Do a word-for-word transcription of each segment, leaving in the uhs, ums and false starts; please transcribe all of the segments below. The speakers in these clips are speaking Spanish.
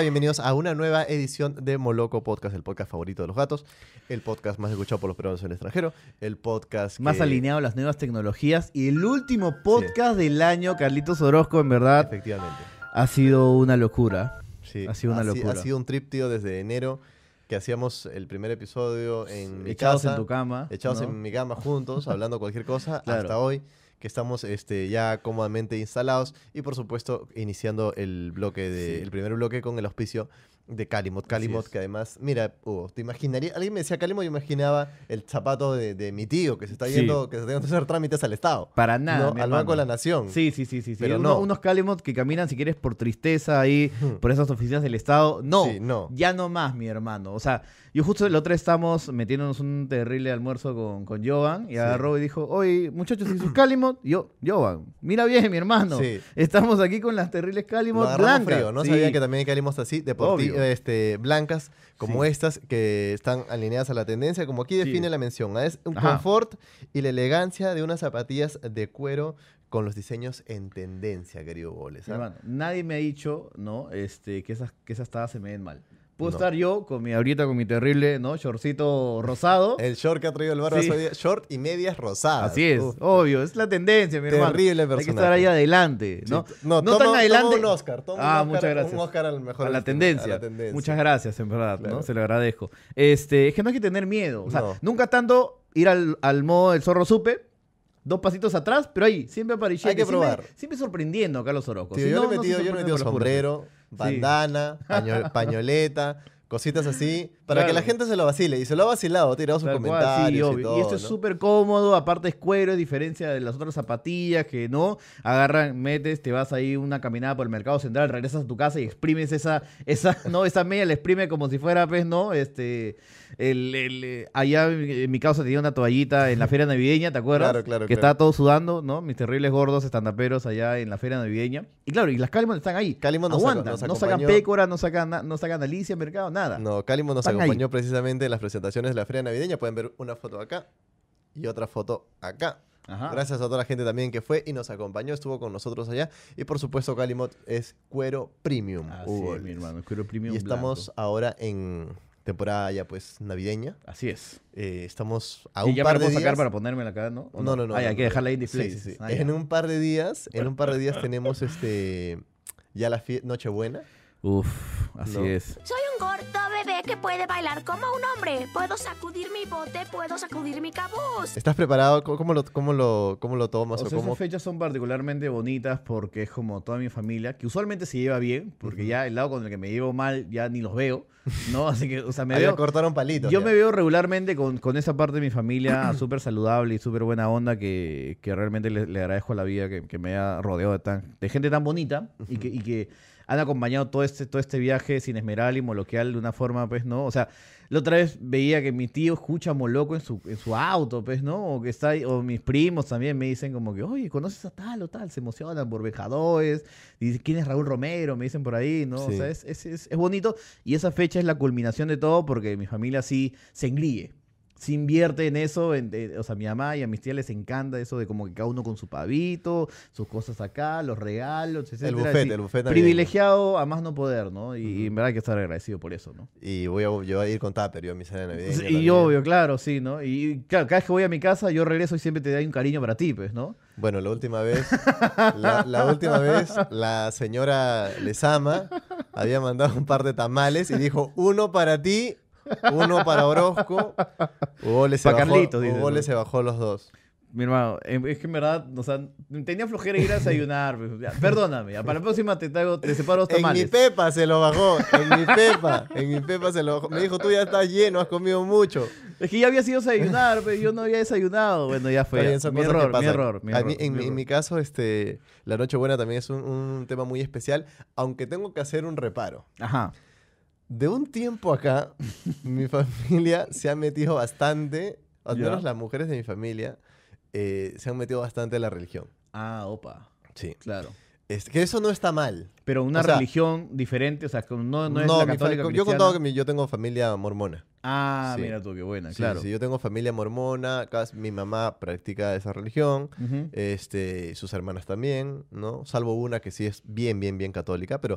Bienvenidos a una nueva edición de Moloco Podcast, el podcast favorito de los gatos, el podcast más escuchado por los peruanos en el extranjero, el podcast que... más alineado a las nuevas tecnologías y el último podcast sí. del año, Carlitos Orozco, en verdad. Efectivamente. Ha sido una locura. Sí, ha sido una ha, locura. Ha sido un trip, tío, desde enero, que hacíamos el primer episodio en mi echados casa. en tu cama. Echados ¿no? en mi cama juntos, hablando cualquier cosa, claro. hasta hoy, que estamos este, ya cómodamente instalados y, por supuesto, iniciando el bloque de, sí. el primer bloque con el auspicio de Calimot. Calimot, que además, mira, Hugo, te imaginaría, alguien me decía Calimot, yo imaginaba el zapato de, de mi tío que se está yendo, sí. que se está yendo a hacer trámites al Estado. Para nada, ¿no? Al Banco de la Nación. Sí, sí, sí, sí. Pero sí. no. Uno, unos Calimot que caminan, si quieres, por tristeza ahí, por esas oficinas del Estado. No, sí, no, ya no más, mi hermano. O sea, yo justo el otro estamos metiéndonos un terrible almuerzo con, con Jovan y sí. agarró y dijo, oye, muchachos, ¿y sus Calimot? Y yo, Jovan, mira bien, mi hermano. Sí. Estamos aquí con las terribles Calimot blancas. Frío. No sí. sabía que también hay Calimot así, deportivos, este, blancas, como sí. estas, que están alineadas a la tendencia, como aquí define sí. la mención. ¿eh? Es un Ajá. confort y la elegancia de unas zapatillas de cuero con los diseños en tendencia, querido Boles. ¿eh? Hermano, nadie me ha dicho, ¿no? Este, que esas, que esas tabas se me ven mal. Puedo no. estar yo con mi ahorita con mi terrible, ¿no? Shortcito rosado. El short que ha traído el barba sí. short y medias rosadas. Así es, Uf. obvio, es la tendencia, mi hermano. Terrible personaje. Hay que estar ahí adelante, ¿no? Sí. No, no toma, tan adelante. Toma un Oscar, toma ah, un Oscar, muchas gracias. Un Oscar al mejor a la, tendencia. a la tendencia. Muchas gracias, en verdad, claro. ¿no? Se lo agradezco. Este, es que no hay que tener miedo. O sea, no. nunca tanto ir al, al modo del zorro supe. Dos pasitos atrás, pero ahí, siempre apareciendo. Hay que probar. Siempre, siempre sorprendiendo a Carlos Orozco. Sí, si yo, no, le he metido, no yo le he metido sombrero, sí. bandana, paño, pañoleta, cositas así, para claro. que la gente se lo vacile. Y se lo ha vacilado, ha tirado sus Tal comentarios cual, sí, y todo. Y esto es ¿no? súper cómodo, aparte es cuero, a diferencia de las otras zapatillas que no, agarran, metes, te vas ahí una caminada por el mercado central, regresas a tu casa y exprimes esa, esa, no, esa media la exprime como si fuera, pues, ¿no? Este... El, el, allá en mi casa tenía una toallita en la feria navideña, ¿te acuerdas? Claro, claro, que claro. estaba todo sudando, ¿no? Mis terribles gordos estandaperos allá en la feria navideña. Y claro, y las Calimot están ahí. Calimot aguantan, nos, nos no sacan pécora, no sacan, no sacan Alicia en mercado, nada. No, Calimot nos están acompañó ahí. precisamente en las presentaciones de la feria navideña. Pueden ver una foto acá y otra foto acá. Ajá. Gracias a toda la gente también que fue y nos acompañó, estuvo con nosotros allá. Y por supuesto, Calimot es cuero premium. Así uh, es, mi hermano, cuero premium. Y estamos blanco. ahora en temporada ya pues navideña. Así es. Eh, estamos a y un ya par me de puedo días. sacar para ponérmela acá, ¿no? No, no, no. no ah, no, hay que no. dejarla ahí en display. Sí, sí, sí. Ah, en un par de días, en un par de días tenemos este ya la Nochebuena. Uf, así no. es. Soy un gordo bebé que puede bailar como un hombre. Puedo sacudir mi bote, puedo sacudir mi cabuz. ¿Estás preparado? ¿Cómo lo, cómo lo, cómo lo tomas? O sea, o cómo... esas fechas son particularmente bonitas porque es como toda mi familia, que usualmente se lleva bien, porque uh-huh. ya el lado con el que me llevo mal ya ni los veo, ¿no? Así que, o sea, me Ahí veo... cortaron palitos. Yo ya. me veo regularmente con, con esa parte de mi familia súper saludable y súper buena onda que, que realmente le, le agradezco a la vida que, que me haya rodeado de, tan, de gente tan bonita uh-huh. y que... Y que han acompañado todo este, todo este viaje sin esmeral y moloquial de una forma, pues, ¿no? O sea, la otra vez veía que mi tío escucha Moloco en su, en su auto, pues, ¿no? O que está ahí, o mis primos también me dicen como que, oye, ¿conoces a tal o tal? Se emocionan por Vejadores. Dicen, ¿quién es Raúl Romero? Me dicen por ahí, ¿no? Sí. O sea, es, es, es, es bonito. Y esa fecha es la culminación de todo porque mi familia sí se engríe. Se invierte en eso, en, en, o sea, a mi mamá y a mis tías les encanta eso de como que cada uno con su pavito, sus cosas acá, los regalos, etcétera. El buffet, sí, el buffet también. Privilegiado a más no poder, ¿no? Y, uh-huh. y en verdad hay que estar agradecido por eso, ¿no? Y voy a, yo voy a ir con tupper, yo a mi cena navideña. Sí, y obvio, claro, sí, ¿no? Y claro, cada vez que voy a mi casa, yo regreso y siempre te doy un cariño para ti, pues, ¿no? Bueno, la última vez, la, la última vez, la señora Lezama había mandado un par de tamales y dijo, uno para ti, uno para Orozco. Hugo le se, bajó, se bajó los dos. Mi hermano, es que en verdad, o sea, tenía flojera ir a desayunar. Ya, perdóname, ya, para la próxima te, traigo, te separo los tamales. En mi pepa se lo bajó, en mi pepa, en mi pepa se lo bajó. Me dijo, tú ya estás lleno, has comido mucho. Es que ya había sido desayunar, pero yo no había desayunado. Bueno, ya fue. Bien, mi, error, mi error, mi a error. Mí, en, mi mi, en mi caso, este, la Nochebuena también es un, un tema muy especial, aunque tengo que hacer un reparo. Ajá. De un tiempo acá, mi familia se ha metido bastante, al menos las mujeres de mi familia, eh, se han metido bastante en la religión. Ah, opa. Sí. Claro. Es que eso no está mal. Pero una o sea, religión diferente, o sea, no, no, no es la católica Yo he contado que mi, yo tengo familia mormona. Ah, sí. Mira tú, qué buena, sí, claro. Sí, yo tengo familia mormona, acá mi mamá practica esa religión, uh-huh. este, sus hermanas también, ¿no? Salvo una que sí es bien, bien, bien católica, pero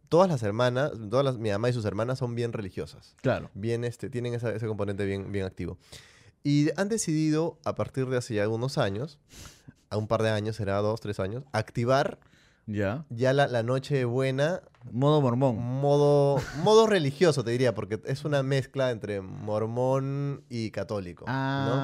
todas las hermanas, todas las, mi mamá y sus hermanas son bien religiosas. Claro. Bien, este, tienen esa- ese componente bien, bien activo. Y han decidido, a partir de hace ya unos años, a un par de años, será dos, tres años, activar Ya. ya la, la noche buena, Modo mormón. modo, modo religioso, te diría, porque es una mezcla entre mormón y católico, ¿no?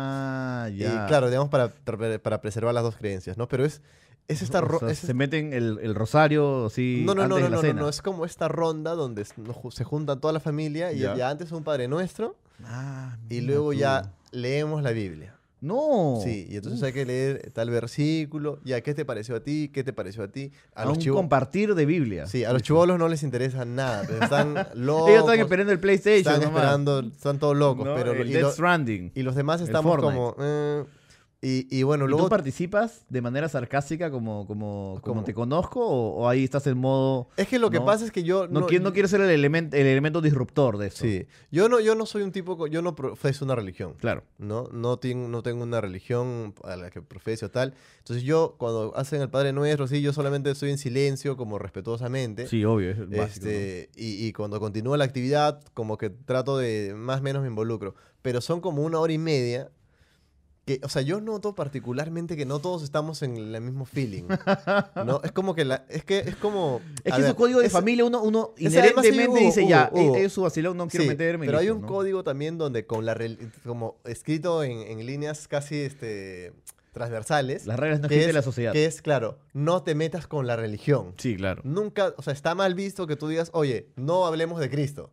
Ah, ya. Y claro, digamos, para, para preservar las dos creencias, ¿no? Pero es, es esta... O ro- sea, es- se meten el, el rosario así no, no, no, antes no, de la no, no, cena. no, es como esta ronda donde s- nos ju- se junta toda la familia y Ya. ya antes un Padre Nuestro Ah, y mira luego tú. ya leemos la Biblia. No. Sí, y entonces hay que leer tal versículo, ya, ¿qué te pareció a ti? ¿Qué te pareció a ti? A, A, los un chivo- compartir de Biblia. Sí, a los chivolos no les interesa nada, pero están locos. Ellos están esperando el PlayStation. Están nomás. esperando, están todos locos, ¿No? pero el y, Death lo- Stranding. y los demás el estamos Fortnite. como... eh, y, y bueno, ¿Y luego... tú participas de manera sarcástica como, como, como ¿Cómo? te conozco o, o ahí estás en modo... Es que lo que no, pasa es que yo... No, quiero, no quiero ser el elemento, el elemento disruptor de eso. Sí, yo no, yo no soy un tipo, co- yo no profeso una religión. Claro. ¿No? No, tengo, no tengo una religión a la que profeso tal. Entonces yo, cuando hacen el Padre Nuestro, sí, yo solamente estoy en silencio, como respetuosamente. Sí, obvio, es básico. Este, y, y cuando continúa la actividad, como que trato de, más o menos me involucro. Pero son como una hora y media. Que, o sea, yo noto particularmente que no todos estamos en el mismo feeling. ¿No? Es como que la, es que es como. Es a que ver, su código de ese- familia uno, uno ese además sí, inherentemente hubo, dice ya, hubo, hubo. eh, es su vacilón, no quiero Sí, meterme. y pero hay listo, un ¿no? código también donde con la rel- como escrito en, en líneas casi este transversales, Las reglas no que existen en es- la sociedad. que es claro, no te metas con la religión. Sí, claro. Nunca, o sea, está mal visto que tú digas, oye, no hablemos de Cristo,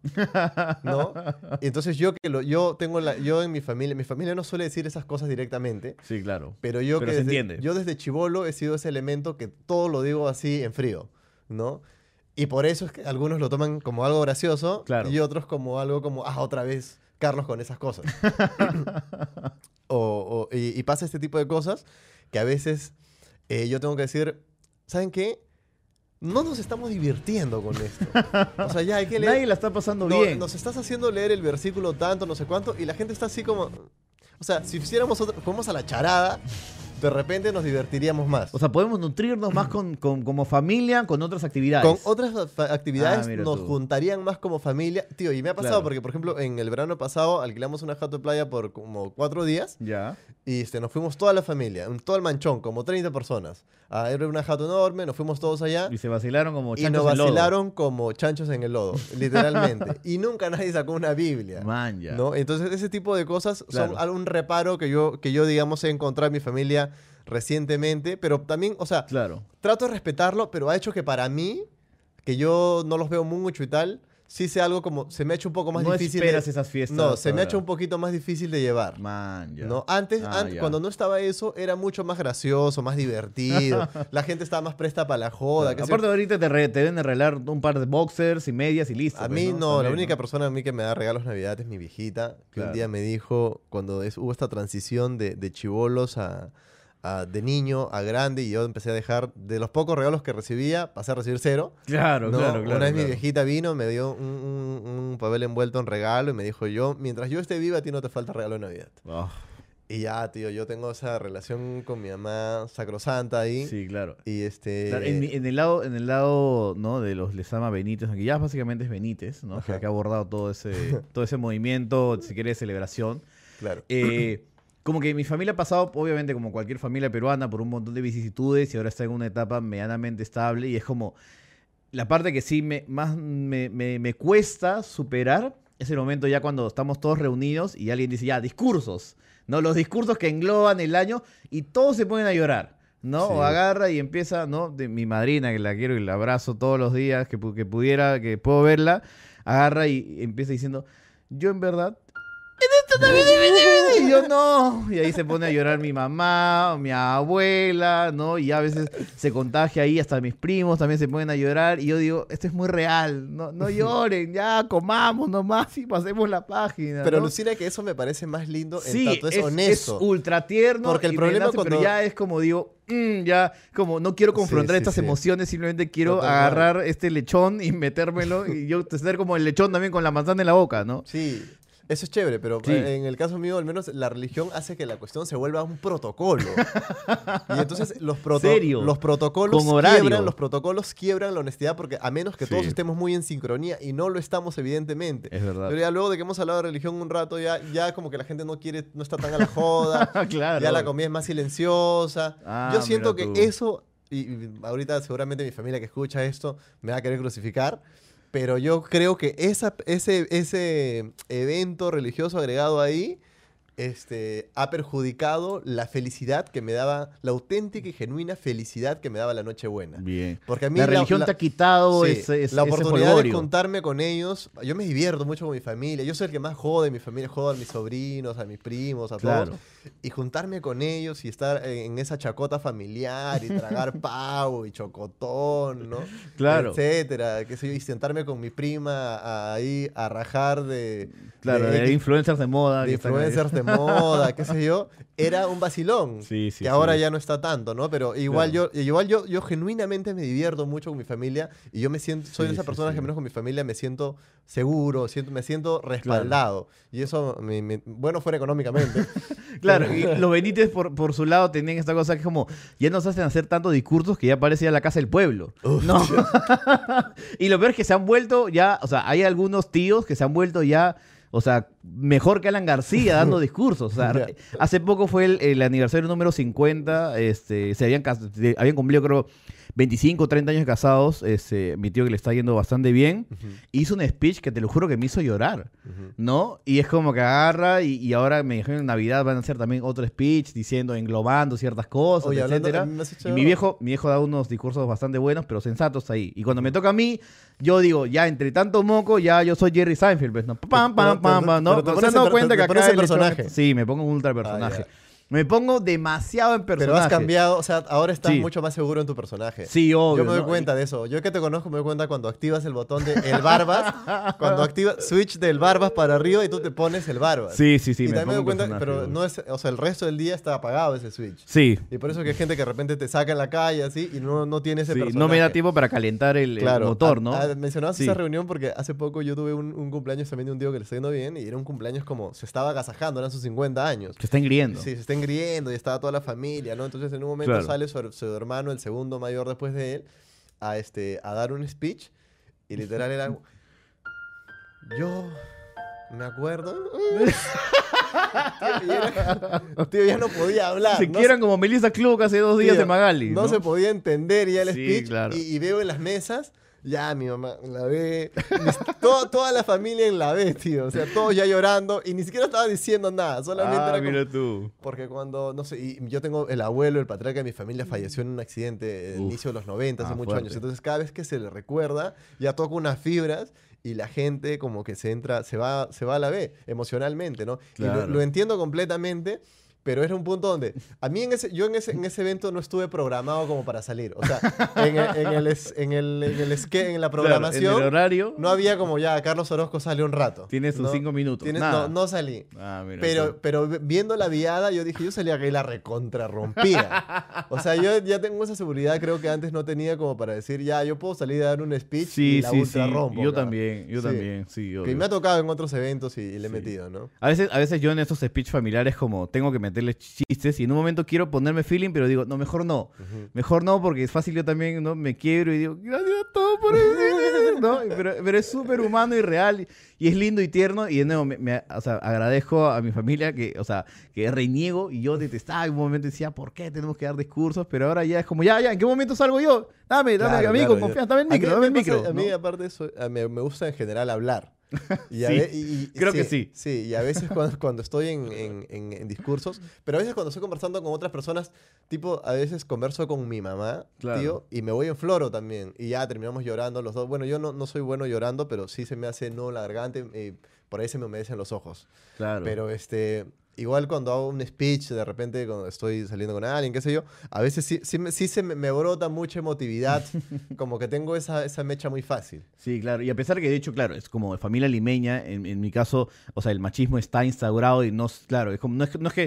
¿no? Y entonces yo que lo, yo tengo la, yo en mi familia, mi familia no suele decir esas cosas directamente, Sí, claro. pero yo Pero que se desde, entiende. yo desde chibolo he sido ese elemento que todo lo digo así en frío, ¿no? Y por eso es que algunos lo toman como algo gracioso Claro. y otros como algo como, ah, otra vez Carlos con esas cosas. o, o- y, y pasa este tipo de cosas que a veces eh, yo tengo que decir, ¿saben qué? No nos estamos divirtiendo con esto. O sea, ya hay que leer. Nadie la está pasando No, bien. Nos estás haciendo leer el versículo tanto, no sé cuánto, y la gente está así como... O sea, si hiciéramos otra, fuéramos a la charada, de repente nos divertiríamos más. O sea, podemos nutrirnos más con, con- como familia con otras actividades. Con otras fa- actividades Ah, mira nos tú. juntarían más como familia. Tío, y me ha pasado Claro. porque, por ejemplo, en el verano pasado alquilamos una jato de playa por como cuatro días Ya. y este, nos fuimos toda la familia, un- todo el manchón, como treinta personas. Ah, era una jato enorme, nos fuimos todos allá. Y se vacilaron como Y chanchos nos en lodo. vacilaron como chanchos en el lodo, literalmente. Y nunca nadie sacó una Biblia. Man, ya. ¿No? Entonces, ese tipo de cosas Claro. son algún reparo que yo, que yo, digamos, he encontrado en mi familia recientemente. Pero también, o sea, Claro. trato de respetarlo, pero ha hecho que para mí, que yo no los veo mucho y tal, sí sea algo como, se me ha hecho un poco más no difícil. esperas de, esas fiestas. no, se me ha ahora. hecho un poquito más difícil de llevar. Man, ya. ¿No? Antes, Ah, antes ya. cuando no estaba eso, era mucho más gracioso, más divertido. La gente estaba más presta para la joda. qué sé yo. Aparte ahorita te, re- te deben de regalar un par de boxers y medias y listo. A pues, mí no, la También, única ¿no? persona a mí que me da regalos Navidad es mi viejita, que Claro. un día me dijo, cuando es- hubo esta transición de, de chibolos a, a- de niño a grande, y yo empecé a dejar, de los pocos regalos que recibía, pasé a recibir cero. Claro, ¿no? claro, claro. Una vez mi claro. viejita vino, me dio un, un- un papel envuelto en regalo y me dijo, yo, mientras yo esté viva, a ti no te falta regalo de Navidad. Ah, Y ya, tío, yo tengo esa relación con mi mamá sacrosanta ahí. sí, claro. Y este... Claro, en, mi- en el lado, en el lado, ¿no? De los Lezama Benítez, aunque ya básicamente es Benítez, ¿no? Que, Ajá. que ha abordado todo ese, todo ese movimiento, si quiere, de celebración. Claro. Eh, como que mi familia ha pasado, obviamente, como cualquier familia peruana, por un montón de vicisitudes y ahora está en una etapa medianamente estable. Y es como la parte que sí me, más me, me- me cuesta superar es el momento ya cuando estamos todos reunidos y alguien dice, ya, discursos, ¿no? Los discursos que engloban el año y todos se ponen a llorar, ¿no? Sí. O agarra y empieza, ¿no? De mi madrina, que la quiero y la abrazo todos los días, que, pu- que pudiera, que puedo verla, agarra y empieza diciendo, yo en verdad y yo no. Y ahí se pone a llorar mi mamá, mi abuela, ¿no? Y a veces se contagia ahí, hasta mis primos también se ponen a llorar. Y yo digo, esto es muy real, no, no lloren, ya comamos nomás y pasemos la página. Pero ¿no? alucina que eso me parece más lindo en Sí, tanto es, es, honesto. es ultra tierno. Porque el y me problema nace, cuando- Pero ya es como digo, mm, ya, como no quiero confrontar Sí, sí, estas sí. emociones, simplemente quiero Total, agarrar este lechón y metérmelo y yo tener como el lechón también con la manzana en la boca, ¿no? Sí. Eso es chévere, pero Sí. eh, en el caso mío, al menos, la religión hace que la cuestión se vuelva un protocolo. Y entonces los, proto- ¿Serio? los protocolos Con horario. quiebran, los protocolos quiebran la honestidad, porque a menos que Sí. todos estemos muy en sincronía, y no lo estamos, evidentemente. Es verdad. Pero ya luego de que hemos hablado de religión un rato, ya, ya como que la gente no quiere, no está tan a la joda. Claro. Ya la comida es más silenciosa. Ah, Yo siento que mira tú. eso, y, y ahorita seguramente mi familia que escucha esto me va a querer crucificar, pero yo creo que esa, ese, ese evento religioso agregado ahí este, ha perjudicado la felicidad que me daba, la auténtica y genuina felicidad que me daba la Nochebuena. Bien. Porque a mí La religión la- te ha quitado Sí, ese, ese, la ese oportunidad de jolgorio. juntarme con ellos. Yo me divierto mucho con mi familia. Yo soy el que más jode en mi familia. Jodo a mis sobrinos, a mis primos, a Claro. todos. Y juntarme con ellos y estar en esa chacota familiar y tragar pavo y chocotón, ¿no? Claro. Etcétera. Qué sé yo, y sentarme con mi prima a- ahí a rajar de... Claro, de X- influencers de moda. de que están ahí. influencers de moda, qué sé yo, era un vacilón. Sí, sí, que ahora sí. ya no está tanto, ¿no? Pero igual Claro. yo igual yo, yo genuinamente me divierto mucho con mi familia y yo me siento, soy Sí, de esas sí, personas sí. que menos con mi familia me siento seguro, siento, me siento respaldado. Y eso, me- me- bueno, fuera económicamente. Claro, y los Benítez por, por su lado tenían esta cosa que es como, ya nos hacen hacer tantos discursos que ya parece ya la casa del pueblo. ¿No? Y lo peor es que se han vuelto ya, o sea, hay algunos tíos que se han vuelto ya, o sea, mejor que Alan García dando discursos. O sea, Ya. hace poco fue el, el aniversario número cincuenta, este, se habían, cas- de- habían cumplido creo veinticinco, treinta años de casados, este, mi tío que le está yendo bastante bien, hizo un speech que te lo juro que me hizo llorar. Ujú. ¿No? Y es como que agarra y, y ahora me dijeron en Navidad van a hacer también otro speech diciendo, englobando ciertas cosas, Oye, hablando- etcétera. a mí me has hecho- Y mi viejo, mi viejo da unos discursos bastante buenos, pero sensatos ahí. Y cuando me toca a mí, yo digo, ya entre tanto moco, ya yo soy Jerry Seinfeld, pues, ¿no? Pam, pam, pam, pam, ¿no? Pero te ¿No se pones han dado en per- cuenta te- que te acá pones en el hecho- personaje. Sí, me pongo un ultra personaje. ya. Me pongo demasiado en personaje. Pero has cambiado, o sea, ahora estás Sí. mucho más seguro en tu personaje. Sí, obvio. Yo me doy ¿no? cuenta de eso. Yo que te conozco me doy cuenta cuando activas el botón de el barbas, cuando activas switch del barbas para arriba y tú te pones el barbas. Sí, sí, sí. y me también me doy pongo cuenta, personaje, pero obvio. no es, o sea, el resto del día está apagado ese switch. Sí. Y por eso que hay gente que de repente te saca en la calle así y no, no tiene ese Sí, personaje. no me da tiempo para calentar el, el Claro, motor, a- ¿no? a- mencionabas Sí. esa reunión porque hace poco yo tuve un, un cumpleaños también de un tío que le está yendo bien y era un cumpleaños como se estaba agasajando, eran sus cincuenta años. Que está engriendo. Sí, se está engriendo y estaba toda la familia, ¿no? Entonces en un momento Claro. sale su, su hermano, el segundo mayor después de él, a, este, a dar un speech y literal era algo... Yo me acuerdo... tío, y era- tío, ya no podía hablar. Se ¿no? quieran como Melissa Klug hace dos días Tío, en Magali. No, ¿no? se podía entender ya el Sí, speech. claro. Y, y veo en las mesas, ya mi mamá la ve. mis- todo- toda la familia en la ve, tío. O sea, todos ya llorando. Y ni siquiera estaba diciendo nada. Solamente Ah, era como- mira tú. Porque cuando, no sé, y yo tengo el abuelo, el patriarca de mi familia, falleció en un accidente en Uf. inicio de los noventa, hace Ah, muchos fuerte. años. Entonces, cada vez que se le recuerda, ya toca unas fibras y la gente como que se entra, se va, se va a la B emocionalmente, ¿no? Y Claro. lo, lo entiendo completamente. Pero era un punto donde a mí en ese, yo en ese, en ese evento no estuve programado como para salir. O sea, en el, en el, es- en el, en el esque- en la Claro, programación en el horario no había como ya Carlos Orozco sale un rato. tiene sus ¿no? cinco minutos. Tienes- Nada. no, no salí. Ah, mira Pero, tú. pero viendo la viada, yo dije, yo salía que la recontrarrompía. O sea, yo ya tengo esa seguridad, creo que antes no tenía como para decir, ya, yo puedo salir a dar un speech y Sí, la sí, sí. ultra rompo. Yo acá. también, yo Sí. también, sí. Que obvio. me ha tocado en otros eventos y, y le he Sí. metido, ¿no? A veces, a veces yo en estos speech familiares como tengo que meterle chistes y en un momento quiero ponerme feeling, pero digo, no, mejor no. Ujú. Mejor no, porque es fácil yo también, ¿no? Me quiebro y digo, gracias a todos por eso", ¿no? Pero, pero es súper humano y real y, y es lindo y tierno y de nuevo, me, me- o sea, agradezco a mi familia que, o sea, que reniego y yo detestaba en un momento decía, ¿por qué tenemos que dar discursos? Pero ahora ya es como, ya, ya, ¿en qué momento salgo yo? Dame, dame, Claro, amigo, claro, yo- confianza, dame el a mí micro, dame el me pasa- micro. A mí, ¿no? aparte de eso, a mí me gusta en general hablar. Y a Sí, ve- y- y- creo que sí. Sí, y a veces cuando, cuando estoy en, en- en- en discursos, pero a veces cuando estoy conversando con otras personas, tipo, a veces converso con mi mamá, Claro. tío, y me voy en floro también. Y ya terminamos llorando los dos. Bueno, yo no, no soy bueno llorando, pero sí se me hace no la garganta y por ahí se me humedecen los ojos. Claro. Pero este, igual cuando hago un speech, de repente cuando estoy saliendo con alguien, qué sé yo, a veces sí, sí, me- sí se me, me brota mucha emotividad, como que tengo esa, esa mecha muy fácil. Sí, claro. Y a pesar que, de hecho, claro, es como de familia limeña, en, en mi caso, o sea, el machismo está instaurado y no, es- claro, es como, no es, que- no es que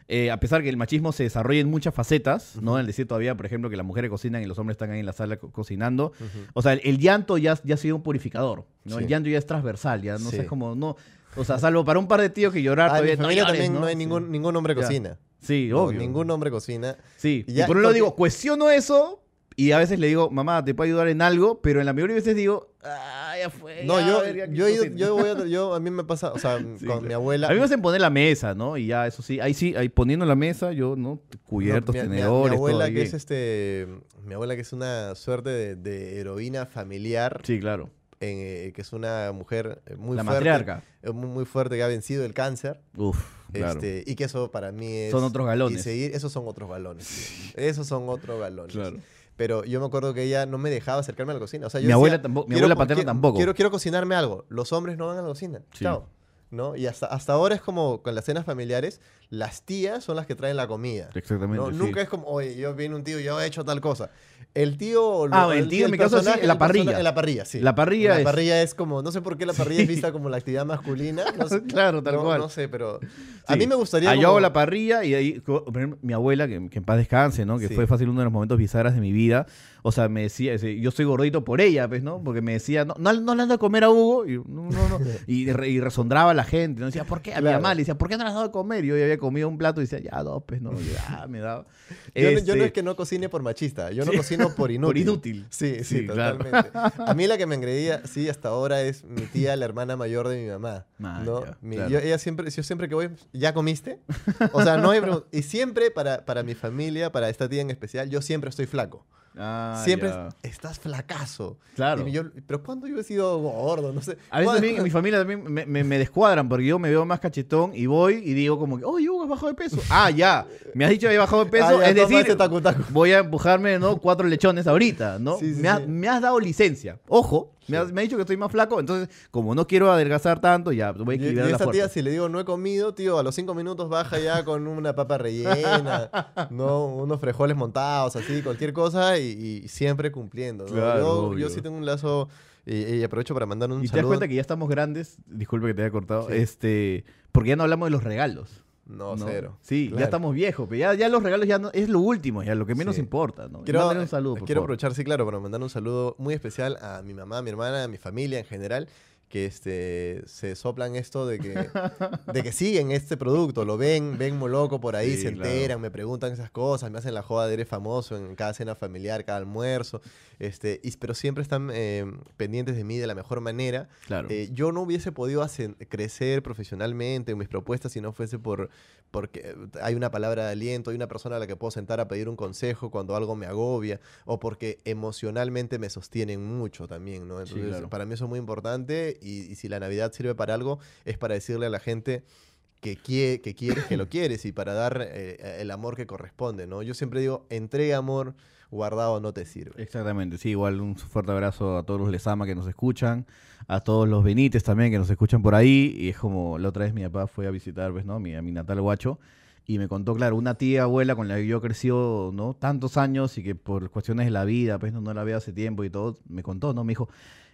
eh, a pesar que el machismo se desarrolla en muchas facetas, ¿no? En el decir todavía, por ejemplo, que las mujeres cocinan y los hombres están ahí en la sala co- cocinando. Ujú. O sea, el, el llanto ya, ya ha sido un purificador, ¿no? Sí. El llanto ya es transversal, ya no Sí. sé, es como, no... O sea, salvo para un par de tíos que llorar Ah, en mi todavía no familia llores, también no, ¿no? hay Sí. ningún, ningún hombre Ya. cocina. Sí, No, obvio. ningún hombre cocina. Sí, Y y, ya, por un lado porque- digo, cuestiono eso y a veces le digo, mamá, ¿te puedo ayudar en algo? Pero en la mayoría de veces digo, ah, ya fue. No, ya, yo, a ver, ya que yo, he ido- cocine". yo voy a, yo, a mí me pasa, o sea, Sí, con claro. mi abuela. A mí me hacen poner la mesa, ¿no? Y ya, eso sí, ahí sí, ahí poniendo la mesa, yo, ¿no? Cubiertos, No, mi- mi- tenedores, mi abuela todo ahí que es bien. este, mi abuela que es una suerte de, de heroína familiar, Sí, claro. en, eh, que es una mujer eh, muy La fuerte, matriarca. eh, muy, muy fuerte que ha vencido el cáncer. Uf, claro. Este, y que eso para mí es... Son otros galones. Y seguir, esos son otros galones. tío. Esos son otros galones. Claro. Pero yo me acuerdo que ella no me dejaba acercarme a la cocina. O sea, yo Mi decía, abuela tampoco- mi "Quiero abuela co- paterna qui- tampoco". Quiero, quiero cocinarme algo. Los hombres no van a la cocina. Sí. Chao. ¿No? Y hasta, hasta ahora es como con las cenas familiares, las tías son las que traen la comida. Exactamente, ¿no? sí. Nunca es como, oye, yo viene un tío, yo he hecho tal cosa. El tío... o Ah, lo- el tío, en mi caso, sí, personaje, en la el persona- parrilla. En la parrilla, sí. La parrilla La es- parrilla es como, no sé por qué la parrilla es vista como la actividad masculina. No sé, Claro, tal no- cual. No sé, pero a Sí. mí me gustaría... Ah, yo como- hago la parrilla y ahí, co- por ejemplo, mi abuela, que, que en paz descanse, ¿no? Que Sí. fue fácil uno de los momentos bizarras de mi vida. O sea, me decía, ese, yo soy gordito por ella, pues, ¿no? Porque me decía, no, no, no le has dado de comer a Hugo. Y, no, no, no. y, re- y resondraba a la gente, ¿no? Decía, ¿por qué? A mi Claro. mamá le decía, ¿por qué no le has dado de comer? Y yo ya había comido un plato y decía, ya, dos, pues, ¿no? Y ya, me daba. Yo, no- yo Este, no es que no cocine por machista, yo no Sí. cocino por inútil. Por inútil. Sí, sí, Sí, claro. totalmente. A mí la que me engreía, sí, hasta ahora es mi tía, la hermana mayor de mi mamá. Ah, ¿no? ya, Mi- claro. yo, ella siempre, yo siempre que voy, ¿ya comiste? O sea, no hay pregunta. Y siempre para, para mi familia, para esta tía en especial, yo siempre estoy flaco. Ah, siempre ya. es- estás flacazo. Claro. Y yo, pero ¿cuándo yo he sido gordo? No sé. A veces ¿Cuándo- también en mi familia también me, me- me descuadran porque yo me veo más cachetón y voy y digo como que, oye, Hugo, has bajado de peso. Ah, ya, me has dicho que he bajado de peso. Ah, ya, es toma decir, ese tacu, tacu. voy a empujarme, ¿no? Cuatro lechones ahorita, ¿no? Sí, sí, me, ha- sí. me has dado licencia. Ojo, me, Sí. has, me ha dicho que estoy más flaco, entonces como no quiero adelgazar tanto, ya voy a Y, y equilibrar la esta tía, fuerza. si le digo no he comido, tío, a los cinco minutos baja ya con una papa rellena, ¿no? Unos frijoles montados, así, cualquier cosa, y, y siempre cumpliendo, ¿no? Claro, yo, obvio. yo sí tengo un lazo, y, y aprovecho para mandar un Y te das saludo. cuenta que ya estamos grandes, disculpe que te haya cortado, Sí. este, porque ya no hablamos de los regalos. No, ¿no? cero. Sí, Claro. ya estamos viejos, pero ya, ya los regalos ya no, es lo último, ya lo que menos Sí. importa, ¿no? Quiero, Mándale un saludo, por quiero favor. aprovechar, sí, claro, para mandar un saludo muy especial a mi mamá, a mi hermana, a mi familia en general, que este, se soplan esto de que, de que siguen este producto, lo ven, ven muy loco por ahí, Sí, se claro. enteran, me preguntan esas cosas, me hacen la joda de eres famoso en cada cena familiar, cada almuerzo, este, y, pero siempre están eh, pendientes de mí de la mejor manera. Claro. Eh, yo no hubiese podido hacer- crecer profesionalmente en mis propuestas si no fuese por porque hay una palabra de aliento, hay una persona a la que puedo sentar a pedir un consejo cuando algo me agobia, o porque emocionalmente me sostienen mucho también, ¿no? Sí, Entonces, claro. para mí eso es muy importante y, y si la Navidad sirve para algo, es para decirle a la gente que, quie- que quieres, que lo quieres y para dar eh, el amor que corresponde, ¿no? Yo siempre digo, entrega amor, guardado no te sirve. Exactamente, sí, igual un fuerte abrazo a todos los Lezama que nos escuchan, a todos los Benítez también que nos escuchan por ahí, y es como la otra vez mi papá fue a visitar, pues, ¿no? Mi, a mi natal Huacho, y me contó, claro, una tía abuela con la que yo crecí, ¿no? Tantos años y que por cuestiones de la vida, pues, no, no la veo hace tiempo y todo, me contó, ¿no? Me dijo,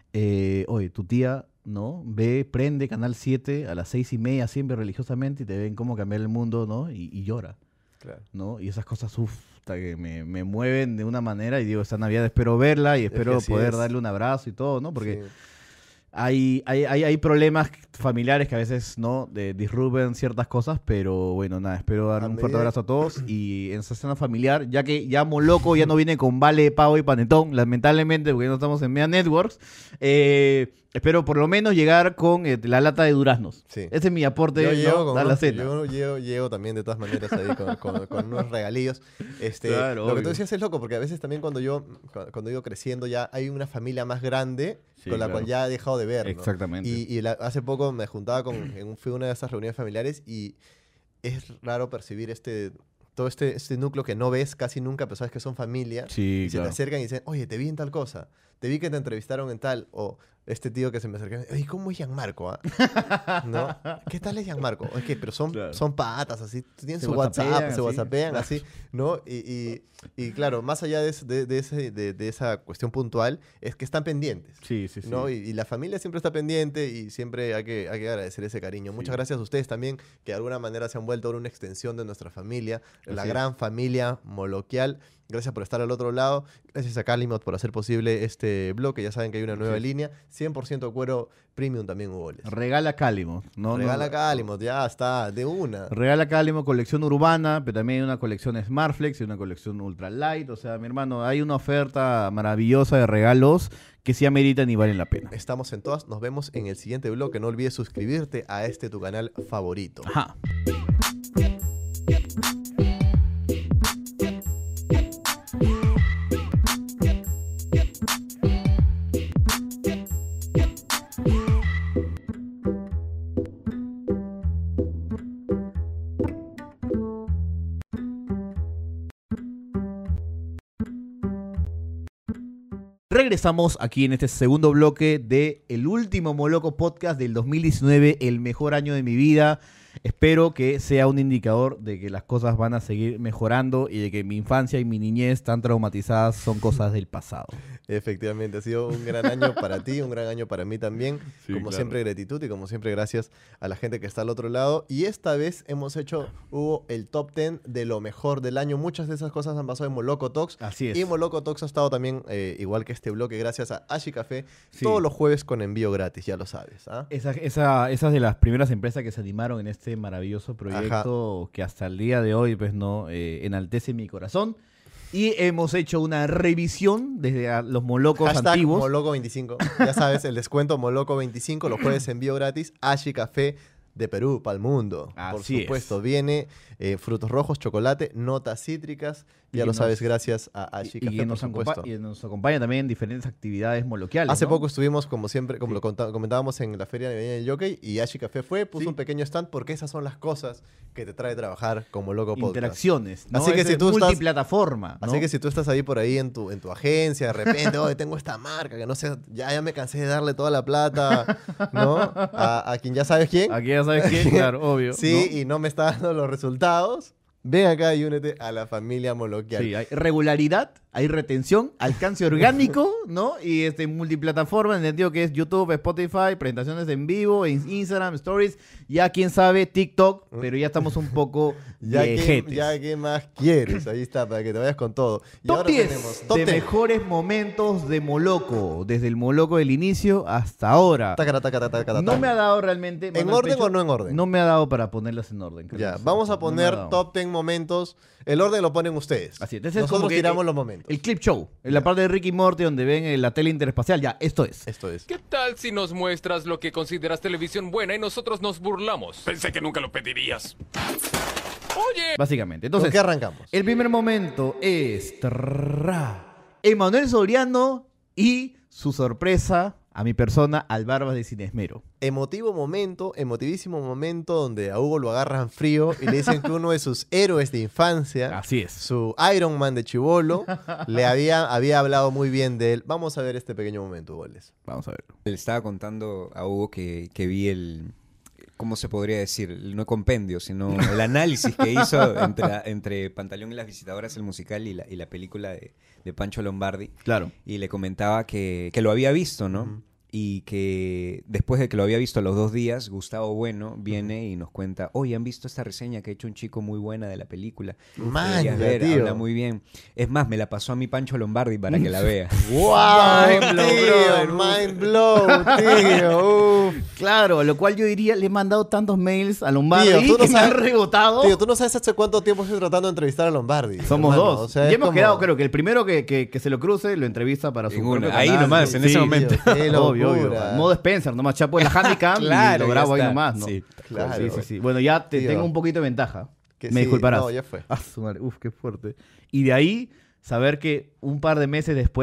eh, oye, tu tía, ¿no? Ve, prende Canal siete a las seis y media siempre religiosamente y te ven cómo cambiar el mundo, ¿no? Y, y llora. Claro. ¿No? Y esas cosas, uff, que me, me mueven de una manera y digo, esta Navidad espero verla y Es que espero así poder es. darle un abrazo y todo, ¿no? Porque Sí. hay, hay, hay, hay problemas familiares que a veces, ¿no? De, disrumpen ciertas cosas, pero bueno, nada, espero dar A un fuerte medida- abrazo a todos y en esa cena familiar, ya que ya Moloco ya no viene con vale de pavo y panetón, lamentablemente, porque no estamos en Mea Networks, eh, espero por lo menos llegar con eh, la lata de duraznos. Sí. Ese es mi aporte, Yo ¿no? llego, con a la unos- cena. yo llego, llego también de todas maneras ahí con, con- con unos regalillos. Este, Claro, lo que obvio. tú decías es loco, porque a veces también cuando yo, cu- cuando he ido creciendo ya hay una familia más grande Sí, con la claro. cual ya he dejado de ver. ¿no? Exactamente. Y, y la- hace poco me juntaba con, en un, fui a una de esas reuniones familiares y es raro percibir este, todo este, este núcleo que no ves casi nunca, pero sabes que son familia. Sí, y se claro. te acercan y dicen, oye, te vi en tal cosa. te vi que te entrevistaron en tal, o este tío que se me acercó, oye, ¿cómo es Gianmarco? Ah? ¿No? ¿Qué tal es Gianmarco? Es que, pero son, Claro. son patas, así, tienen Se su WhatsApp, whatsappean, se así. whatsappean, así, ¿no? Y, y, y claro, más allá de, ese- de, de ese, de, de esa cuestión puntual, es que están pendientes. Sí, sí, sí. ¿No? Y, y la familia siempre está pendiente y siempre hay que, hay que agradecer ese cariño. Muchas Sí. gracias a ustedes también, que de alguna manera se han vuelto ahora una extensión de nuestra familia, la Así es. gran familia moloquial. Gracias por estar al otro lado. Gracias a Calimot por hacer posible este bloque. Ya saben que hay una nueva es. línea. cien por ciento cuero premium también, Hugo. Les. Regala Calimot. No, Regala no, Calimot, ya está, de una. Regala Calimot, colección urbana, pero también hay una colección Smartflex y una colección Ultra Light. O sea, mi hermano, hay una oferta maravillosa de regalos que sí ameritan y valen la pena. Estamos en todas. Nos vemos en el siguiente bloque. No olvides suscribirte a este tu canal favorito. Ajá. Regresamos aquí en este segundo bloque de el último Moloco Podcast del dos mil diecinueve, el mejor año de mi vida. Espero que sea un indicador de que las cosas van a seguir mejorando y de que mi infancia y mi niñez tan traumatizadas son cosas del pasado. Efectivamente, ha sido un gran año para ti, un gran año para mí también. Sí, como claro. siempre, gratitud y como siempre, gracias a la gente que está al otro lado. Y esta vez hemos hecho, Hugo, el top diez de lo mejor del año. Muchas de esas cosas han pasado en Moloco Talks. Así es. Y Moloco Talks ha estado también, eh, igual que este bloque, gracias a Ashi Café, Sí. todos los jueves con envío gratis, ya lo sabes. ¿ah? Esa, esa, esas de las primeras empresas que se animaron en este maravilloso proyecto que hasta el día de hoy pues no eh, enaltece mi corazón. Y hemos hecho una revisión desde a los molocos Hashtag antiguos. Moloco veinticinco. Ya sabes, el descuento Moloco veinticinco, los jueves envío gratis. Ashi Café de Perú para el mundo. Por Así es. supuesto, viene eh, frutos rojos, chocolate, notas cítricas. Y Ya que lo nos- sabes, gracias a Ashi y, Café, y por nos supuesto. acompa- y nos acompaña también en diferentes actividades moloquiales. Hace ¿no? poco estuvimos, como siempre, como Sí. lo conta- comentábamos en la Feria Navideña del Jockey, y Ashi Café fue, puso Sí. un pequeño stand, porque esas son las cosas que te trae trabajar como Loco Podcast. Interacciones. ¿no? Así que Es si de tú estás- multiplataforma. ¿no? Así que si tú estás ahí por ahí en tu, en tu agencia, de repente, oye, tengo esta marca, que no sé, ya, ya me cansé de darle toda la plata, ¿no? A, a quien ya sabes quién. Aquí ya sabes quién, claro, obvio. Sí, ¿no? y no me está dando los resultados. Ven acá y únete a la familia Moloquial. Sí, hay regularidad, hay retención, alcance orgánico, ¿no? Y este multiplataforma, en el sentido que es YouTube, Spotify, presentaciones en vivo, en Instagram, Stories, ya quién sabe, TikTok, pero ya estamos un poco Ya que, viejetes. ya que más quieres, ahí está, para que te vayas con todo. Y Top ahora diez tenemos top de diez. mejores momentos de Moloco, desde el Moloco del inicio hasta ahora. Tacara, tacara, tacara, No taca. me ha dado realmente... ¿En mano al orden pecho, o no en orden? No me ha dado para ponerlas en orden. creo Ya, que sí. vamos a No me ha poner dado. top diez momentos. El orden lo ponen ustedes. Así, entonces es Nosotros como que tiramos el- los momentos. El clip show, en la Ya. parte de Ricky Morty donde ven eh, la tele interespacial, ya, esto es. Esto es. ¿Qué tal si nos muestras lo que consideras televisión buena y nosotros nos burlamos? Pensé que nunca lo pedirías. Oye, Básicamente. ¿Con Entonces, qué arrancamos? el primer momento es trrrra, Emanuel Soriano y su sorpresa a mi persona al Barbas de Cinesmero. Emotivo momento, emotivísimo momento donde a Hugo lo agarran frío y le dicen que uno de sus héroes de infancia, Así es. su Iron Man de chibolo, le había, había hablado muy bien de él. Vamos a ver este pequeño momento, Goles. Vamos a ver. Le estaba contando a Hugo que, que vi el, ¿cómo se podría decir? El- no compendio, sino el análisis que hizo entre, entre Pantaleón y las visitadoras, el musical y la, y la película de, de Pancho Lombardi. Claro. Y le comentaba que, que lo había visto, ¿no? Ujú. Y que después de que lo había visto a los dos días, Gustavo Bueno viene y nos cuenta, oye, ¿han visto esta reseña que ha hecho un chico muy buena de la película? Man, Deberías ver, habla muy bien. Es más, me la pasó a mi Pancho Lombardi para que la vea. ¡Wow! Mind blow, brother. tío, mind blow, tío. Uf. Claro, a lo cual yo diría, le he mandado tantos mails a Lombardi Tío, tú no que me han sabes- rebotado. Tío, tú no sabes hace cuánto tiempo estoy tratando de entrevistar a Lombardi. Somos hermano. dos. O sea, y es hemos como- quedado, creo que el primero que, que, que se lo cruce lo entrevista para su En propio una. Ahí canal. nomás, en ese momento. Tío, qué Obvio, obvio. locura. Modo Spencer, nomás chapo en la handicap Claro, y lo ya grabo ahí está. nomás, ¿no? Sí. Claro. Sí, sí, sí. Bueno, ya te Tío. tengo un poquito de ventaja. Que Me sí, disculparás. No, ya fue. Ah, su madre. Uf, qué fuerte. Y de ahí, saber que un par de meses después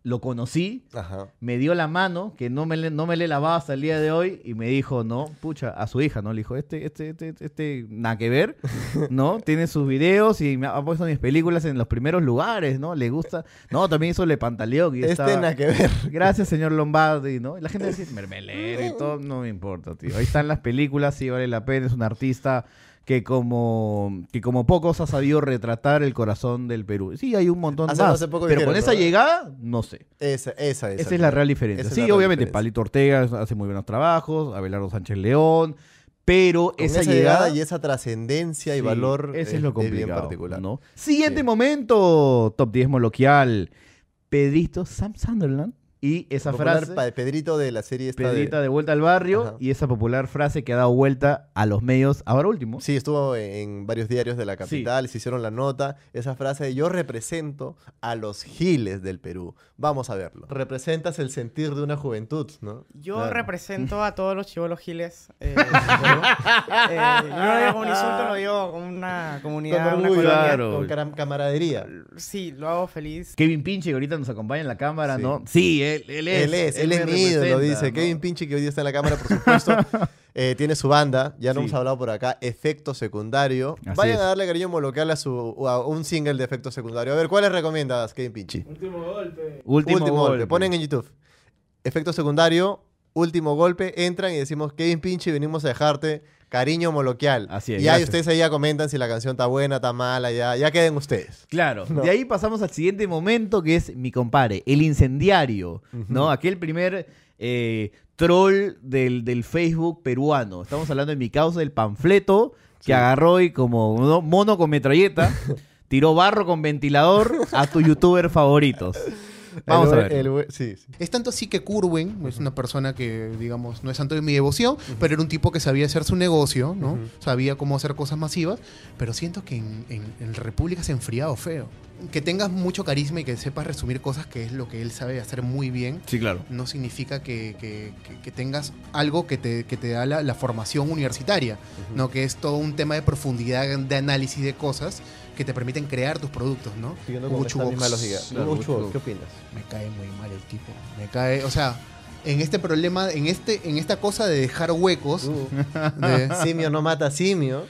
lo conocí, Ajá. me dio la mano, que no me, le- no me le lavaba hasta el día de hoy, y me dijo, no, pucha, a su hija, ¿no? Le dijo, este, este, este, este, nada que ver, ¿no? Tiene sus videos y me ha puesto mis películas en los primeros lugares, ¿no? Le gusta, no, también hizo Le Pantaleón. Y Este estaba, nada que ver. gracias, señor Lombardi, ¿no? Y la gente decía, mermelero y todo, no me importa, tío. Ahí están las películas, sí vale la pena, es un artista que como, que como pocos ha sabido retratar el corazón del Perú. Sí, hay un montón Hace- más, hace poco pero dijeron, con esa ¿no? llegada, no sé. Esa, esa, esa. Esa es la real diferencia. Esa es Sí, la real obviamente, diferencia. Palito Ortega hace muy buenos trabajos, Abelardo Sánchez León, pero Con esa, esa llegada... llegada y esa trascendencia y sí, valor ese es lo bien complicado, particular. ¿no? Siguiente Sí. momento, top diez moloquial. Pedrito Sam Sunderland y esa Popular frase... pa- Pedrito de la serie esta Pedrita de... de vuelta al barrio Ajá. y esa popular frase que ha dado vuelta a los medios ahora último. Sí, estuvo en varios diarios de la capital, se hicieron la nota, esa frase de yo represento a los giles del Perú. Vamos a verlo. Representas el sentir de una juventud, ¿no? Yo Claro. represento a todos los chivolos giles. Eh, del Perú. Eh, yo no lo digo como un insulto, lo digo como una comunidad, Con una orgullo, colonia. claro. con cara- camaradería. Sí, lo hago feliz. Kevin Pinche, que ahorita nos acompaña en la cámara, Sí. ¿no? Sí, él, él es. Él es, él me es mi ídolo, representa, dice. ¿no? Kevin Pinche, que hoy día está en la cámara, por supuesto. eh, tiene su banda, ya no Sí. hemos hablado por acá, Efecto Secundario. Así Vayan es. a darle cariño moloquial a, su, a un single de Efecto Secundario. A ver, ¿cuáles recomiendas, Kevin Pinche? Último, Último, golpe. golpe. Ponen en YouTube. Efecto Secundario, Último Golpe. Entran y decimos, Kevin Pinche, venimos a dejarte cariño moloquial. Así es, Y ahí gracias. ustedes ahí ya comentan si la canción está buena, está mala, ya, ya queden ustedes. Claro, No. de ahí pasamos al siguiente momento que es mi compadre, el incendiario, ¿no? Aquel primer eh, troll del, del Facebook peruano. Estamos hablando de mi causa del panfleto que Sí. agarró y como ¿no? mono con metralleta, tiró barro con ventilador a tus youtubers favoritos. Vamos El a we- ver. el we- sí, sí. Es tanto así que Curwen es una persona que, digamos, no es santo de mi devoción, pero era un tipo que sabía hacer su negocio, ¿no? Ujú. Sabía cómo hacer cosas masivas, pero siento que en, en, en República se ha enfriado feo. Que tengas mucho carisma y que sepas resumir cosas, que es lo que él sabe hacer muy bien, Sí, claro. no significa que, que- que- que tengas algo que te, que te da la, la formación universitaria, ¿no? Que es todo un tema de profundidad, de análisis de cosas que te permiten crear tus productos, ¿no? Siguiendo Hugo con esta Chugox. misma lógica. Claro, Hugo Hugo Chugox, Chugox. ¿qué opinas? Me cae muy mal el tipo. Me cae, o sea, en este problema, en este, en esta cosa de dejar huecos, Uh, de- simio no mata simio.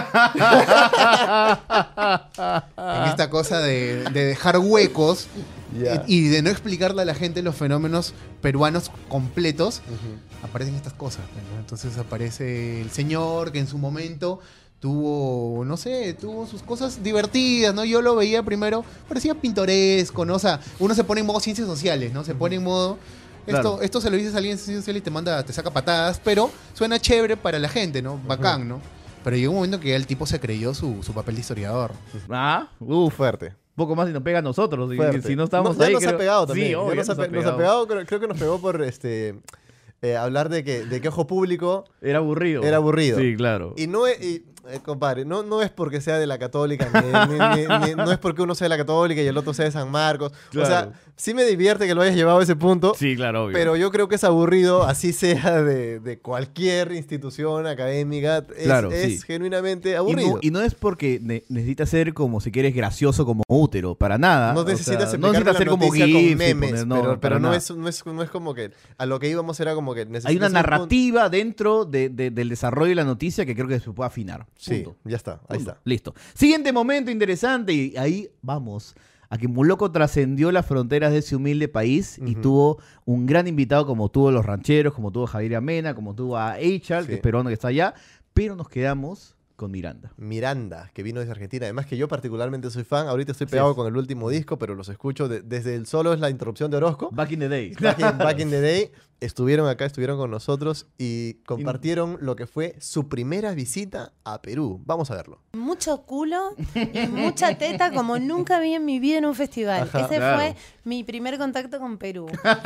en esta cosa de, de dejar huecos Ya. y, y de no explicarle a la gente los fenómenos peruanos completos, Ujú. aparecen estas cosas. ¿no? Entonces aparece el señor que en su momento tuvo, no sé, tuvo sus cosas divertidas, ¿no? Yo lo veía primero, parecía pintoresco, ¿no? O sea, uno se pone en modo ciencias sociales, ¿no? Se pone en modo... Esto, Claro. esto se lo dices a alguien en ciencias sociales y te manda, te saca patadas, pero suena chévere para la gente, ¿no? Bacán, ¿no? Pero llegó un momento que ya el tipo se creyó su, su papel de historiador. Ah, uf, Fuerte. poco más y nos pega a nosotros. y- Fuerte. Si no estamos ya ahí. nos ha creo- pegado también. Sí, Ya obvio, nos, ha, pe- nos ha pegado, creo, creo que nos pegó por este eh, hablar de que, de que Ojo Público Era aburrido. era aburrido. Sí, claro. Y no es, y, eh, compadre, no, no es porque sea de la Católica, ni, ni- ni- ni- no es porque uno sea de la Católica y el otro sea de San Marcos. O Claro. sea, sí me divierte que lo hayas llevado a ese punto, Sí, claro, obvio. pero yo creo que es aburrido, así sea de, de cualquier institución académica, es, Claro, es sí. genuinamente Y aburrido. no, y no es porque ne- necesita ser como si quieres gracioso como útero, para nada. No O necesitas sea, no explicar necesita la ser como noticia GIF con y memes, poner- no, pero, para pero no, nada. es, no, es, no es como que a lo que íbamos era como que necesitas Hay una un punto- narrativa dentro de- de- del desarrollo de la noticia que creo que se puede afinar. Sí, Punto. ya está, ahí Punto. está. Listo. Siguiente momento interesante y ahí vamos. A que Muloco trascendió las fronteras de ese humilde país y Ujú. tuvo un gran invitado como tuvo los rancheros, como tuvo Javier Amena, como tuvo a Eichal, Sí. que es peruano que está allá, pero nos quedamos con Miranda. Miranda, que vino desde Argentina. Además que yo particularmente soy fan. Ahorita estoy Así pegado es. con el último disco, pero los escucho de- desde el solo es la interrupción de Orozco. Back in the day. Back in, back in the day. Estuvieron acá, estuvieron con nosotros y compartieron lo que fue su primera visita a Perú. Vamos a verlo. Mucho culo y mucha teta como nunca vi en mi vida en un festival. Ajá. Ese Claro. fue mi primer contacto con Perú.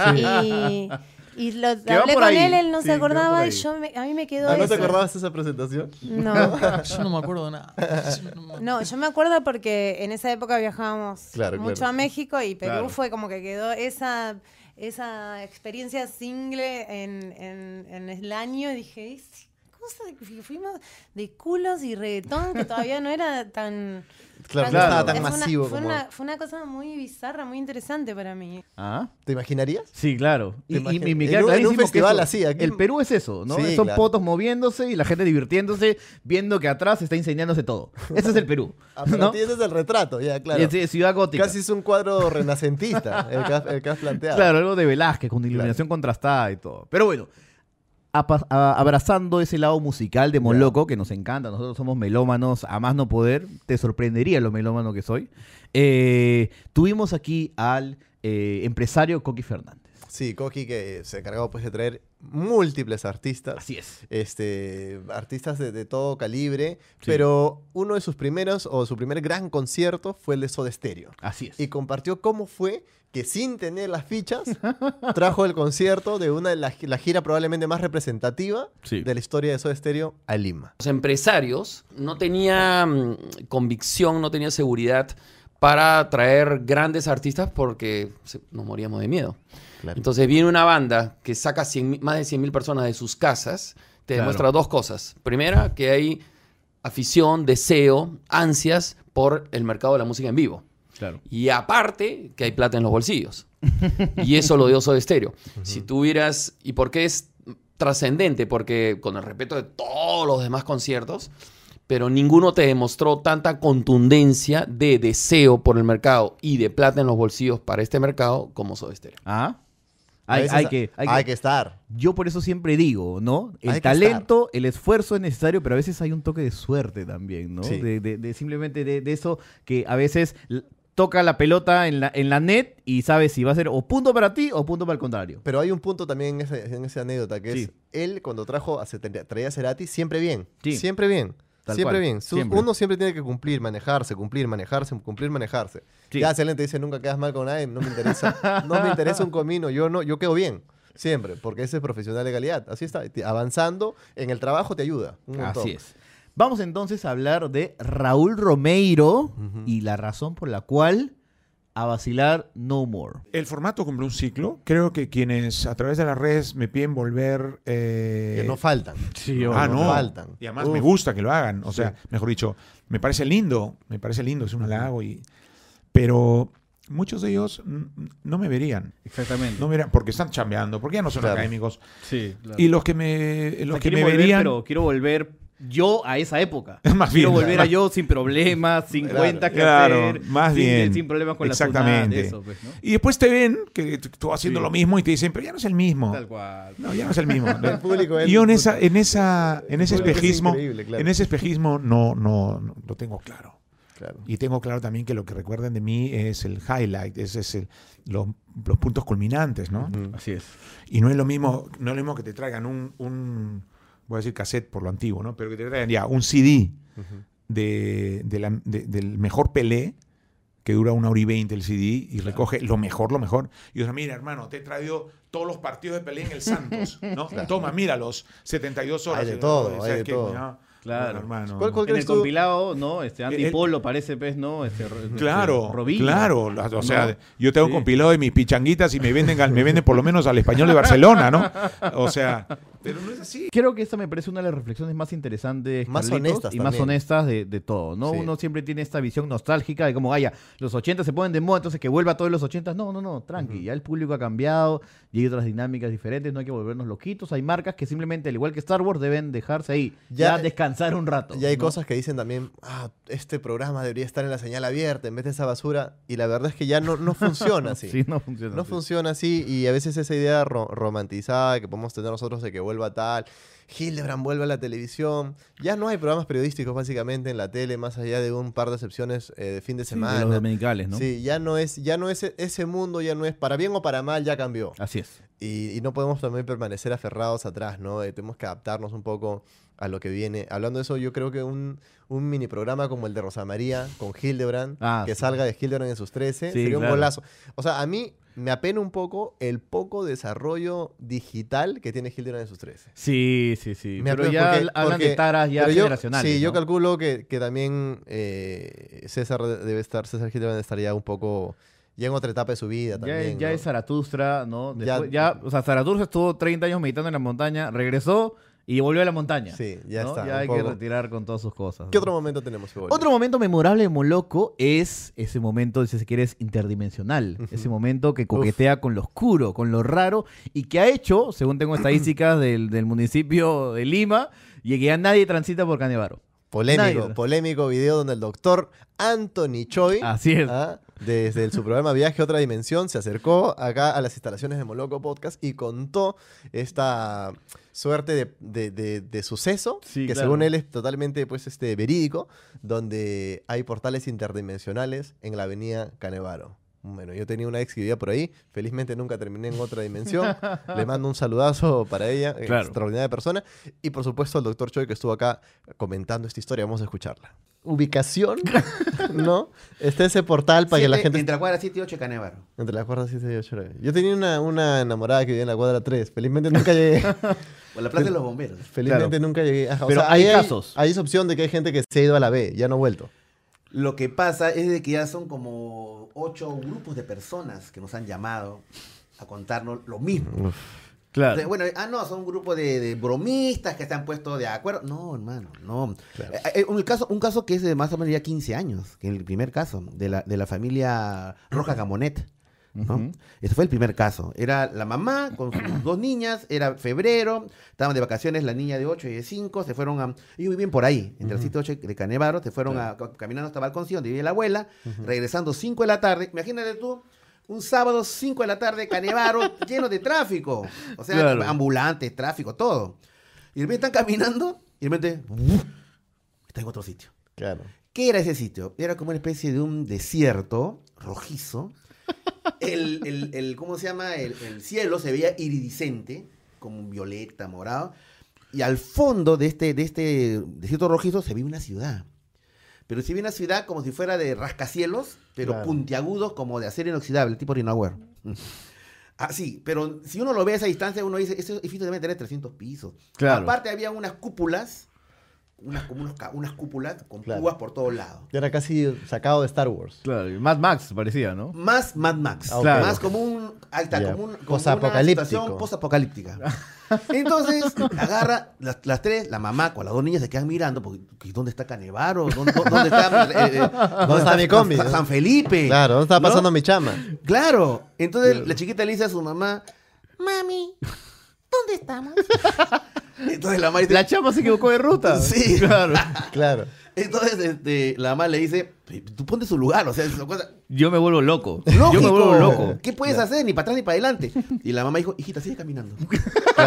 Y, y lo va hablé por con ahí. él, él no Sí, se que va por acordaba ahí. y yo me- a mí me quedó Ah, ¿no te eso. acordabas de esa presentación? No. Yo no me acuerdo de nada. Yo no me- No, yo me acuerdo porque en esa época viajábamos Claro, mucho claro. a México y Perú Claro. fue como que quedó esa, esa experiencia single en, en, en el año y dije, "¿Y si- cosa de que fuimos de culos y reggaetón que todavía no era tan... Claro, tan- no estaba tan fue una- masivo fue como- Una, fue una cosa muy bizarra, muy interesante para mí. ¿Ah? ¿Te imaginarías? Sí, claro. Y, ¿Te y- imaginas? y me En queda un- en un clarísimo que festival eso- así, aquí- el Perú es eso, ¿no? Sí, Son claro. potos moviéndose y la gente divirtiéndose, viendo que atrás está incendiándose todo. Ese es el Perú. Ah, para ¿no? ti ese es el retrato, ya, claro. Y es- Ciudad Gótica. Casi es un cuadro renacentista el que has, el que has planteado. Claro, algo de Velázquez, con iluminación contrastada y todo. Pero bueno, apa- a- abrazando ese lado musical de Moloco, que nos encanta, nosotros somos melómanos a más no poder, te sorprendería lo melómano que soy. Eh, tuvimos aquí al eh, empresario Coqui Fernández. Sí, Coqui que se encargó pues de traer múltiples artistas. Así es. Este, artistas de, de todo calibre, Sí. pero uno de sus primeros o su primer gran concierto fue el de Soda Stereo. Así es. Y compartió cómo fue que sin tener las fichas trajo el concierto de una de las la gira probablemente más representativa Sí. de la historia de Soda Stereo a Lima. Los empresarios no tenían mm, convicción, no tenían seguridad para traer grandes artistas porque se- nos moríamos de miedo. Claro. Entonces viene una banda que saca cien mil- más de cien mil personas de sus casas, te Claro. demuestra dos cosas. Primera, que hay afición, deseo, ansias por el mercado de la música en vivo. Claro. Y aparte, que hay plata en los bolsillos. Y eso lo dio Soda Stereo. Si tuvieras... ¿Y por qué es trascendente? Porque, con el respeto de todos los demás conciertos, pero ninguno te demostró tanta contundencia de deseo por el mercado y de plata en los bolsillos para este mercado como Soda Stereo. Ah. A Hay, veces hay que, hay, hay que, que estar. Yo por eso siempre digo, ¿no? El Hay que talento, el esfuerzo es necesario, pero a veces hay un toque de suerte también, ¿no? Sí. De, de- de simplemente de, de eso que a veces l- toca la pelota en la, en la net y sabes si va a ser o punto para ti o punto para el contrario. Pero hay un punto también en, ese- en esa anécdota, que Sí. es él cuando trajo a, tra- traía a Cerati, siempre bien. Sí. Siempre bien. Tal siempre cual, bien. Su- siempre. Uno siempre tiene que cumplir, manejarse, cumplir, manejarse, cumplir, manejarse. Sí. Ya si alguien te dice nunca quedas mal con nadie, no me interesa. No me interesa un comino. Yo no, yo quedo bien. Siempre. Porque ese es profesional de calidad. Así está. Te- Avanzando en el trabajo te ayuda. Un montón. Así es. Vamos entonces a hablar de Raúl Romeiro y la razón por la cual a vacilar no more. El formato cumple un ciclo. Creo que quienes a través de las redes me piden volver... eh, Que no faltan. Sí, ah, no no. faltan. Y además Uf. me gusta que lo hagan. O Sí. sea, mejor dicho, me parece lindo. Me parece lindo, es un halago. Y... Pero muchos de ellos mm, no me verían. Exactamente. No me verían porque están chambeando, porque ya no son Claro. académicos. Sí, claro. Y los que me, los O sea, que quiero me volver, verían... pero quiero volver yo a esa época. Más quiero bien, volver claro. a yo sin problemas, sin Claro. cuentas que Claro, hacer, más sin, bien. sin problemas con Exactamente. la SUNAT, eso, pues, ¿no? Y después te ven que tú tú haciendo Sí. lo mismo y te dicen, pero ya no es el mismo. Tal cual. No, ya no es el mismo. El público es- Y yo en esa, en esa, en ese El público es espejismo, increíble, claro. en ese espejismo no, no, no lo tengo claro. Claro. Y tengo claro también que lo que recuerdan de mí es el highlight, ese es el, los, los puntos culminantes, ¿no? Ujú. Así es. Y no es lo mismo, no es lo mismo que te traigan un, un, voy a decir cassette por lo antiguo, ¿no? Pero que te traigan ya un C D de, de la- de- del mejor Pelé, que dura una hora y veinte el C D, y recoge lo mejor, lo mejor. Y dice, mira, hermano, te he traído todos los partidos de Pelé en el Santos, ¿no? Toma, míralos, setenta y dos horas. Hay de ¿no? todo, ¿Sabes hay de qué? todo. No, Claro. bueno, hermano. ¿Cuál- cuál En el crees tú? compilado, ¿no? Este Andy El- Polo parece, pues, ¿no? Este, ro- este, Claro, Robinho. claro. la- O sea, ¿no? yo tengo un Sí. compilado de mis pichanguitas y me venden, al- me venden por lo menos al Español de Barcelona, ¿no? O sea, pero no es así. Creo que esta me parece una de las reflexiones más interesantes, Más Carlitos, honestas y más también. honestas de, de todo, ¿no? Sí. Uno siempre tiene esta visión nostálgica de como, vaya, los ochenta se ponen de moda, entonces que vuelva a todos los ochenta. No, no, no, tranqui, ya el público ha cambiado y hay otras dinámicas diferentes, no hay que volvernos loquitos. Hay marcas que simplemente, al igual que Star Wars, deben dejarse ahí, ya, Ya- descansar un rato. Y hay ¿no? cosas que dicen también, ah, este programa debería estar en la señal abierta en vez de esa basura. Y la verdad es que ya no, no funciona así. Sí, no funciona No así. funciona así. Y a veces esa idea ro- romantizada que podemos tener nosotros de que vuelva tal, Hildebrand vuelve a la televisión. Ya no hay programas periodísticos básicamente en la tele, más allá de un par de excepciones eh, de fin de Sí, semana. de los dominicales, ¿no? Sí, ya no es, ya no es e- ese mundo, ya no es para bien o para mal, ya cambió. Así es. Y, y no podemos también permanecer aferrados atrás, ¿no? Eh, tenemos que adaptarnos un poco a lo que viene. Hablando de eso, yo creo que un, un mini programa como el de Rosa María con Hildebrand, Ah, que sí. salga de Hildebrand en sus trece, Sí, sería un claro. golazo. O sea, a mí me apena un poco el poco desarrollo digital que tiene Hildebrand en sus trece. Sí, sí, sí. Me Pero apena ya porque- hablan porque- de taras ya pero yo- generacionales. Sí, yo ¿no? calculo que, que también eh, César debe estar, César Hildebrand estaría un poco ya en otra etapa de su vida Ya, también. ya ¿no? es Zaratustra, ¿no? Ya- Después- ya, o sea, Zaratustra estuvo treinta años meditando en la montaña, regresó Y volvió a la montaña. Sí, ya ¿no? está. Ya un hay que poco. retirar con todas sus cosas. ¿Qué ¿no? otro momento tenemos que volver? Otro momento memorable de Moloco es ese momento, si se quiere, es interdimensional. Ujú. Ese momento que coquetea con lo oscuro, con lo raro, y que ha hecho, según tengo estadísticas del, del municipio de Lima, y que ya nadie transita por Canevaro. Polémico, Nadie. polémico video donde el doctor Anthony Choi, Así es. ¿ah? desde el- su programa Viaje a otra dimensión, se acercó acá a las instalaciones de Moloco Podcast y contó esta suerte de, de- de- de suceso, Sí, que claro. según él es totalmente pues, este, verídico, donde hay portales interdimensionales en la avenida Canevaro. Bueno, yo tenía una ex que vivía por ahí, felizmente nunca terminé en otra dimensión. Le mando un saludazo para ella, Claro. extraordinaria persona. Y por supuesto al doctor Choi que estuvo acá comentando esta historia, vamos a escucharla. Ubicación, ¿no? Está ese portal para que la Siete- gente... Entre la cuadra siete y ocho de Canevaro. Entre la cuadra siete y ocho. Yo tenía una, una enamorada que vivía en la cuadra tres, felizmente nunca llegué. O la plaza de los bomberos. Felizmente Claro. nunca llegué. Ajá, o Pero sea, hay ahí casos. Hay esa opción de que hay gente que se ha ido a la B, ya no ha vuelto. Lo que pasa es de que ya son como ocho grupos de personas que nos han llamado a contarnos lo mismo. Claro. De- bueno, ah, no, son un grupo de, de bromistas que se han puesto de acuerdo. No, hermano, no. Eh, eh, un, caso, un caso que es de más o menos ya quince años, que el primer caso, de la, de la familia Roja Gamonet. ¿no? Ujú. Ese fue el primer caso. Era la mamá con sus dos niñas, era febrero, estaban de vacaciones la niña de ocho y de cinco, se fueron a... Ellos viven por ahí, entre el sitio ocho de Canevaro, se fueron a, caminando hasta Balconcillo, donde vive la abuela, regresando cinco de la tarde. Imagínate tú, un sábado cinco de la tarde, Canevaro, lleno de tráfico. O sea, Claro. ambulantes, tráfico, todo. Y de repente están caminando y de repente... ¡uf! Está en otro sitio. Claro. ¿Qué era ese sitio? Era como una especie de un desierto rojizo. El, el, el- ¿cómo se llama? El, el cielo se veía iridiscente, como un violeta, morado. Y al fondo de este, de este desierto rojizo se veía una ciudad. Pero se veía una ciudad como si fuera de rascacielos, pero Claro. puntiagudos como de acero inoxidable, tipo Rinauer. Así, pero si uno lo ve a esa distancia, uno dice, ese edificio debe tener trescientos pisos. Claro. Aparte había unas cúpulas, unas, como unos ca- unas cúpulas con Claro. púas por todos lados. Ya era casi sacado de Star Wars. Claro, y Mad Max parecía, ¿no? Más Mad Max. Ah, ok. Claro. Más como un. Ahí está, Ya. como, un, como Posapocalíptico. una situación posapocalíptica. Entonces, agarra las, las tres, la mamá con las dos niñas se quedan mirando, porque ¿dónde está Canevaro? ¿Dónde, dónde está, eh, eh, ¿Dónde está mi combi? San, San Felipe? Claro, ¿dónde está ¿no? pasando mi chama? Claro. Entonces la chiquita le dice a su mamá, Mami, ¿dónde estamos? entonces la mamá dice, La chama se equivocó de ruta. Sí. Claro. Claro. entonces este, la mamá le dice, tú ponte su lugar, o sea, es una cosa Yo me vuelvo loco. lógico. Yo me vuelvo loco. ¿Qué puedes hacer? Ni para atrás ni para adelante. Y la mamá dijo, hijita, sigue caminando. Sigue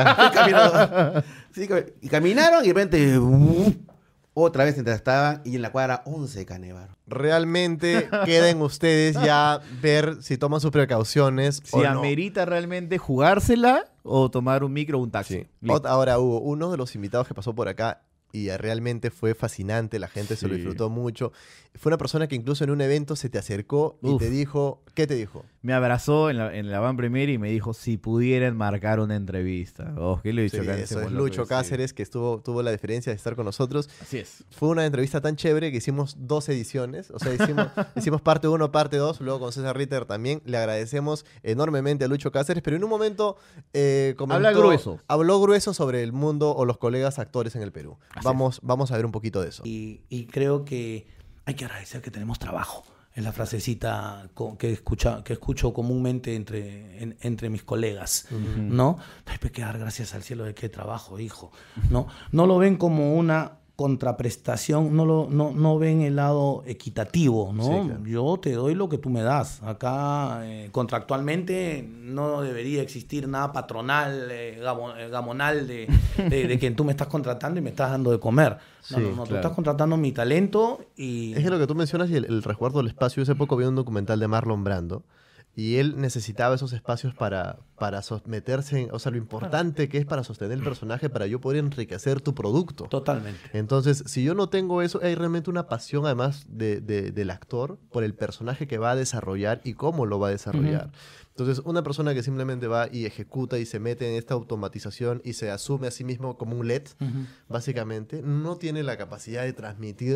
caminando. Sigue cami- y caminaron y de repente, ¡uh! otra vez mientras estaban y en la cuadra once de Canevaro. Realmente queda en ustedes ya ver si toman sus precauciones Si o no. amerita realmente jugársela o tomar un micro o un taxi. Sí. Listo. Ot- Ahora, Hugo, uno de los invitados que pasó por acá y eh, realmente fue fascinante, la gente se lo Sí. disfrutó mucho. Fue una persona que incluso en un evento se te acercó y Uf. te dijo, ¿qué te dijo? Me abrazó en la, en la van premier y me dijo si pudieran marcar una entrevista. Oh, ¿qué le he dicho Sí, acá en eso ese es Moloco? Lucho Sí. Cáceres, que estuvo, tuvo la diferencia de estar con nosotros. Así es. Fue una entrevista tan chévere que hicimos dos ediciones. O sea, hicimos, hicimos parte uno, parte dos, luego con César Ritter también. Le agradecemos enormemente a Lucho Cáceres, pero en un momento eh, comentó- Habla grueso. Habló grueso sobre el mundo o los colegas actores en el Perú. Así Vamos, vamos a ver un poquito de eso. Y, y creo que hay que agradecer que tenemos trabajo. Es la frasecita co- que, escucha, que escucho comúnmente entre, en- entre mis colegas, ¿no? Hay que dar gracias al cielo de qué trabajo, hijo, ¿no? No lo ven como una contraprestación, no, lo, no, no ven el lado equitativo, ¿no? Sí, claro. Yo te doy lo que tú me das. Acá, eh, contractualmente, no debería existir nada patronal, eh, gamo- eh, gamonal de, de, de que tú me estás contratando y me estás dando de comer. No, Sí, no, no, tú claro. estás contratando mi talento y... Es que lo que tú mencionas y el, el resguardo del espacio. Hace poco vi un documental de Marlon Brando y él necesitaba esos espacios para, para someterse, en- o sea, lo importante que es para sostener el personaje, para yo poder enriquecer tu producto. Totalmente. Entonces, si yo no tengo eso, hay realmente una pasión además de, de- del actor por el personaje que va a desarrollar y cómo lo va a desarrollar. Entonces, una persona que simplemente va y ejecuta y se mete en esta automatización y se asume a sí mismo como un L E D, Ujú. básicamente, no tiene la capacidad de transmitir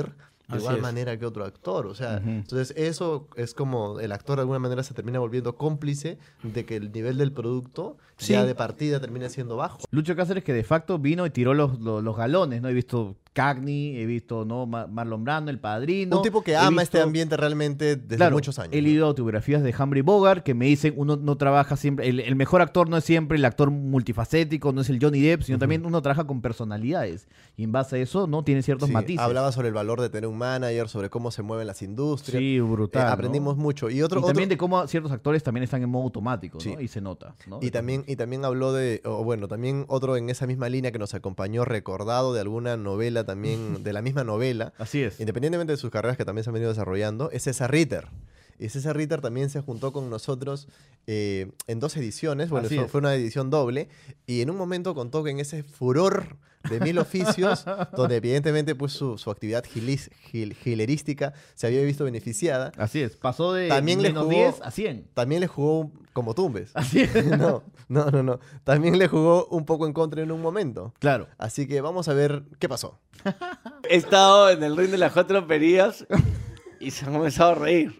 de Así igual es. manera que otro actor. O sea, Ujú. entonces eso es como el actor de alguna manera se termina volviendo cómplice de que el nivel del producto Sí. ya de partida termina siendo bajo. Lucho Cáceres que de facto vino y tiró los, los, los galones, ¿no? He visto Cagney, he visto ¿no? Ma- Marlon Brando, El Padrino. Un tipo que he ama este visto- ambiente realmente desde Claro, muchos años. he ¿no? leído autobiografías de Humphrey Bogart que me dicen uno no trabaja siempre, el, el mejor actor no es siempre el actor multifacético, no es el Johnny Depp, sino Ujú. también uno trabaja con personalidades y en base a eso no tiene ciertos Sí, matices. hablaba sobre el valor de tener un manager, sobre cómo se mueven las industrias. Sí, brutal. Eh, ¿no? aprendimos mucho. Y otro, Y otro- también de cómo ciertos actores también están en modo automático, ¿no? Sí. Y se nota, ¿no? Y también, y también habló de, o bueno, también otro en esa misma línea que nos acompañó, recordado de alguna novela también, de la misma novela, Así es. independientemente de sus carreras que también se han venido desarrollando, es César Ritter. Y César Ritter también se juntó con nosotros eh, en dos ediciones, bueno, Así eso es. fue una edición doble, y en un momento contó que en ese furor de mil oficios, donde evidentemente pues su, su actividad gilis- gil- gilerística se había visto beneficiada, Así es, pasó de también le menos jugó, diez a cien. También le jugó un- como tumbes. Así es. No, no, no, no. También le jugó un poco en contra en un momento. Claro. Así que vamos a ver qué pasó. He estado en el ring de las cuatro perillas y se han comenzado a reír.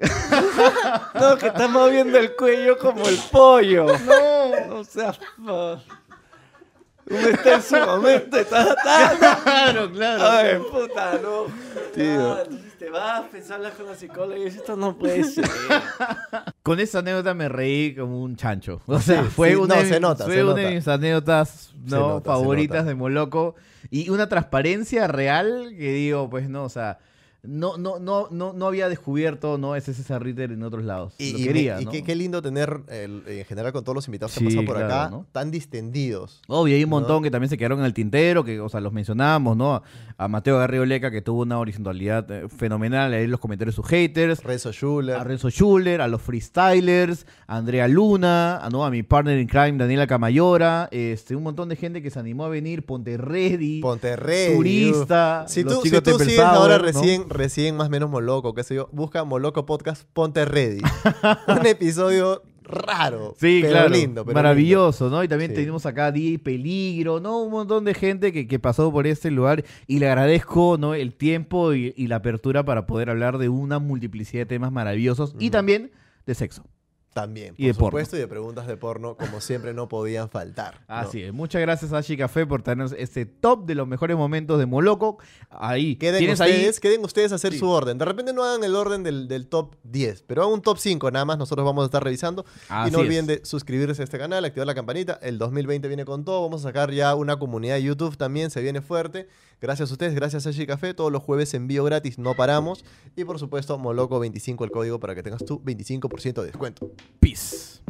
No, que está moviendo el cuello como el pollo. No, no seas... fa- Uno está en su momento, está... está- Claro, claro. Ay, puta, no. Tío. Ah, entonces te vas, pensar hablar con la psicóloga y dices, esto no puede ser. Con esa anécdota me reí como un chancho. O sea, Sí, fue, sí, una, no, de se mis- nota, fue se una nota. de mis anécdotas ¿no? Se nota, se favoritas nota. de Moloco. Y una transparencia real que digo, pues no, o sea, no, no, no, no, no había descubierto no ese César Ritter en otros lados. Y, Lo y quería, me- y ¿no? qué, qué lindo tener, el- en general, con todos los invitados que Sí, han pasado por claro, acá, ¿no? tan distendidos. Obvio, hay un ¿no? montón que también se quedaron en el tintero, que, o sea, los mencionábamos, ¿no? A Mateo Garrido Leca, que tuvo una horizontalidad eh, fenomenal, ahí en los comentarios sus haters. Renzo Schuller. A Renzo Schuller, a los freestylers, a Andrea Luna, a, ¿no? a mi partner in crime, Daniela Camayora, este, un montón de gente que se animó a venir, Ponte Ready, Ponte Ready, Turista, uf. Si los tú, chicos si tú de sigues Persauer, ahora ¿no? recién, recién más o menos Moloco, qué sé yo, busca Moloco Podcast Ponte Ready. Un episodio raro, Sí, pero claro. lindo. Pero Maravilloso, ¿no? Y también Sí. tenemos acá D J Peligro, ¿no? Un montón de gente que, que pasó por este lugar y le agradezco, ¿no? El tiempo y, y la apertura para poder hablar de una multiplicidad de temas maravillosos y también de sexo. También, Y de por porno. supuesto, y de preguntas de porno, como siempre, no podían faltar. ¿no? Así es. Muchas gracias a Ashi Café por tenernos este top de los mejores momentos de Moloco. Ahí. Queden ¿Tienes ustedes, ahí? queden ustedes a hacer Sí. su orden. De repente no hagan el orden del, del top diez, pero hagan un top cinco nada más. Nosotros vamos a estar revisando. Así y no olviden es. de suscribirse a este canal, activar la campanita. El dos mil veinte viene con todo. Vamos a sacar ya una comunidad de YouTube también. Se viene fuerte. Gracias a ustedes, gracias a Ashi Café. Todos los jueves envío gratis, no paramos. Y por supuesto, Moloco veinticinco el código para que tengas tu veinticinco por ciento de descuento. Peace.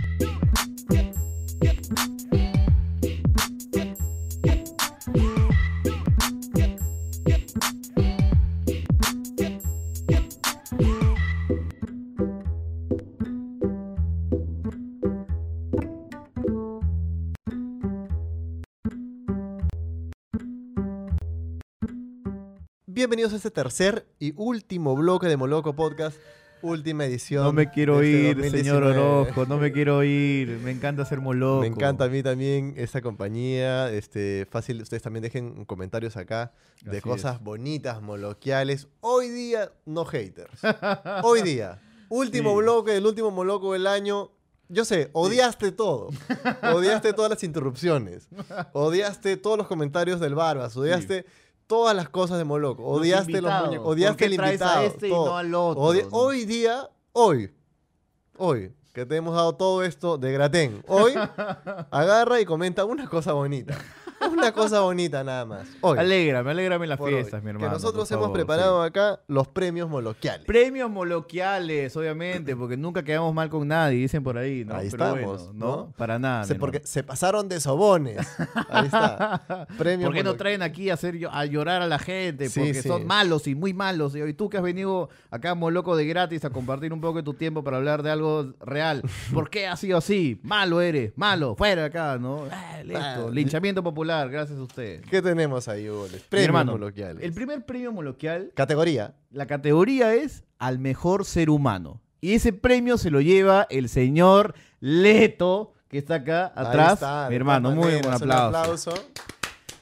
Bienvenidos a este tercer y último bloque de Moloco Podcast. Última edición. No me quiero de este ir, dos mil señor diecinueve. Orozco, no me quiero ir. Me encanta ser Moloco. Me encanta a mí también esta compañía. Este, fácil, ustedes también dejen comentarios acá de Así cosas es. bonitas, moloquiales. Hoy día, no haters. Hoy día. Último Sí. bloque del último Moloco del año. Yo sé, odiaste todo. Odiaste todas las interrupciones. Odiaste todos los comentarios del Barbas. Odiaste todas las cosas de Moloco. Los Odiaste los invitados. muñecos. ¿Por Odiaste qué el traes a invitado. este y todo. no al otro, Odia- no? Hoy día, hoy, hoy, que te hemos dado todo esto de gratén. Hoy, agarra y comenta una cosa bonita. Una cosa bonita nada más. Hoy. Alégrame, alégrame las Por fiestas, hoy. mi hermano. Que nosotros por hemos favor, preparado acá los premios moloquiales. Premios moloquiales, obviamente, porque nunca quedamos mal con nadie, dicen por ahí, ¿no? Ahí Pero estamos, bueno, ¿no? ¿no? Para nada. Se- mi porque hermano. se pasaron de sobones. Ahí está. Premios ¿Por qué no moloquiales. traen aquí a, hacer, llo- a llorar a la gente? Sí, Porque sí. son malos y muy malos. Y tú que has venido acá, Moloco, de gratis a compartir un poco de tu tiempo para hablar de algo real. ¿Por qué ha sido así? Malo eres, malo, fuera de acá, ¿no? Ah, listo. Ah, Linchamiento popular, gracias a usted. ¿Qué tenemos ahí, Hugo? Mi Premios hermano, moloquiales. el primer premio moloquial, Categoría. la categoría es al mejor ser humano. Y ese premio se lo lleva el señor Leto, que está acá Ahí atrás. está, Mi de hermano, todas muy buen maneras, un aplauso. aplauso.